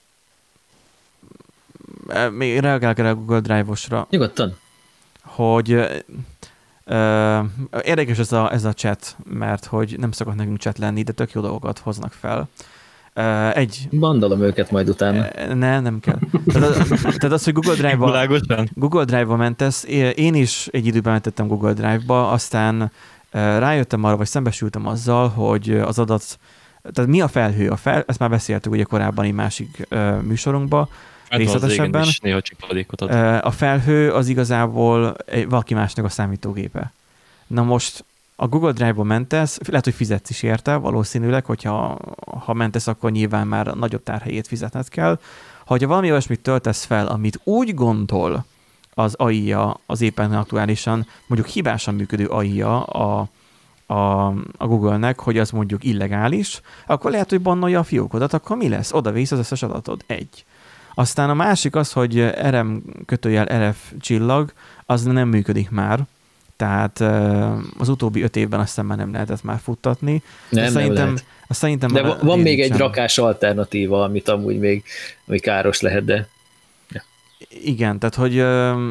Uh, még reagálok erre a Google Drive-osra. Nyugodtan. Hogy uh, érdekes ez a, ez a chat, mert hogy nem szokott nekünk chat lenni, de tök jó dolgokat hoznak fel. Uh, egy... Bandolom őket majd utána. Uh, ne, nem kell. Tehát, tehát az, hogy Google Drive-ba Google Drive-ba mentesz, én is egy időben mentettem Google Drive-ba, aztán uh, rájöttem arra, vagy szembesültem azzal, hogy az adat, tehát mi a felhő? A fel, ezt már beszéltük ugye korábban egy másik uh, műsorunkban, hát részletesebben. Is néha csipadékot ad. Uh, a felhő az igazából egy, valaki másnak a számítógépe. Na most a Google Drive-ba mentesz, lehet, hogy fizetsz is érte, valószínűleg, hogyha ha mentesz, akkor nyilván már nagyobb tárhelyét fizetned kell. Ha valami olyasmit töltesz fel, amit úgy gondol az á i-ja, az éppen aktuálisan mondjuk hibásan működő á i-ja a, a, a Google-nek, hogy az mondjuk illegális, akkor lehet, hogy bannolja a fiókodat, akkor mi lesz? Oda vész az összes adatod. Egy. Aztán a másik az, hogy er em kötőjel er ef csillag, az nem működik már. Tehát az utóbbi öt évben azt hiszem már nem lehetett már futtatni. Nem, nem szerintem, lehet. Szerintem de van még egy rakás alternatíva, amit amúgy még ami káros lehet, de... Ja. Igen, tehát hogy euh,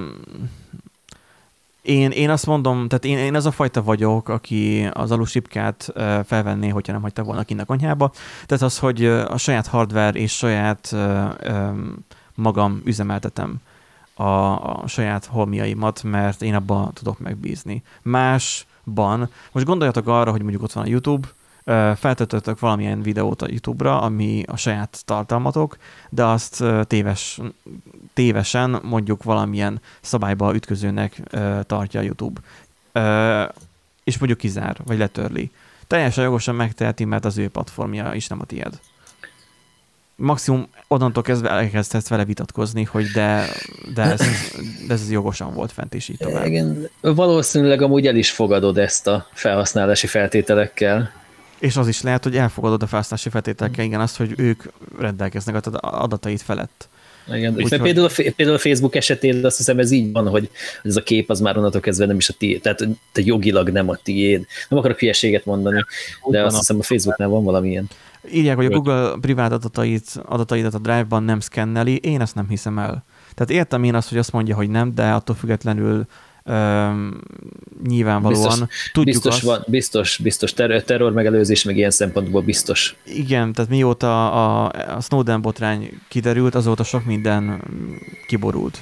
én, én azt mondom, tehát én, én az a fajta vagyok, aki az alusipkát euh, felvenné, hogyha nem hagyta volna kint a konyhába. Tehát az, hogy a saját hardware és saját euh, euh, magam üzemeltetem a, a saját holmiaimat, mert én abban tudok megbízni. Másban, most gondoljatok arra, hogy mondjuk ott van a YouTube, feltöltöttök valamilyen videót a YouTube-ra, ami a saját tartalmatok, de azt téves, tévesen mondjuk valamilyen szabályba ütközőnek tartja a YouTube. És mondjuk kizár, vagy letörli. Teljesen jogosan megteheti, mert az ő platformja is nem a tiéd. Maximum onnantól kezdve elkezdhetsz vele vitatkozni, hogy de, de, ez, de ez jogosan volt fent, és így tovább. Igen, valószínűleg amúgy el is fogadod ezt a felhasználási feltételekkel. És az is lehet, hogy elfogadod a felhasználási feltételekkel, igen, azt, hogy ők rendelkeznek az adatait felett. Igen, úgy, hogy... például, a, például a Facebook esetén azt hiszem ez így van, hogy ez a kép az már onnantól kezdve nem is a tiéd, tehát te jogilag nem a tiéd. Nem akarok hülyeséget mondani, de azt hiszem a Facebooknál van valamilyen. Írják, hogy a Google privát adatait, adataidat a Drive-ban nem szkenneli, én ezt nem hiszem el. Tehát értem én azt, hogy azt mondja, hogy nem, de attól függetlenül um, nyilvánvalóan biztos, tudjuk biztos azt. Van, biztos, biztos terror, terror megelőzés, meg ilyen szempontból biztos. Igen, tehát mióta a, a Snowden botrány kiderült, azóta sok minden kiborult.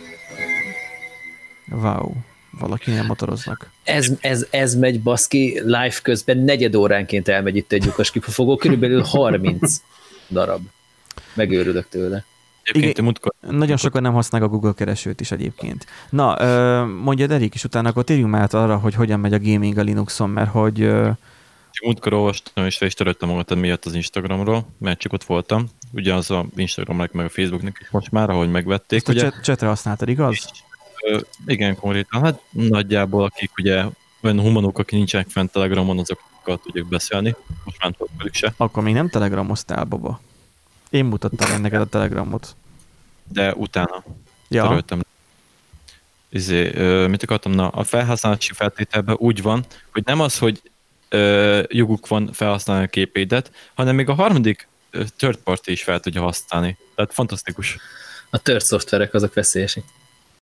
Wow. Valakinél motoroznak. Ez, ez, ez megy, baszki, live közben negyed óránként elmegy itt egy lyukas kipufogó, körülbelül harminc darab. Megőrülök tőle. Igen, mutkor, nagyon mutkor. Sokan nem használják a Google keresőt is egyébként. Na, mondjad Erik, és utána akkor térjünk már arra, hogy hogyan megy a gaming a Linuxon, mert hogy... Múltkor olvastam, és fel is töröltem magad miatt az Instagramról, mert csak ott voltam. Ugye az a Instagramnak, meg a Facebooknak is most már, ahogy megvették. Ezt ugye, a csetre használtad, igaz? És, igen, konkrétan. Hát nagyjából, akik ugye olyan humanok, akik nincsenek fent Telegramon, azokkal tudjuk beszélni. Most már nem tudok velük se. Akkor még nem telegramoztál, baba. Én mutattam meg neked a Telegramot. De utána ja. töröltem. Izé, mit akartam? Na, a felhasználási feltételben úgy van, hogy nem az, hogy ö, joguk van felhasználni a képeidet, hanem még a harmadik third party is fel tudja használni. Tehát fantasztikus. A third szoftverek azok veszélyesek.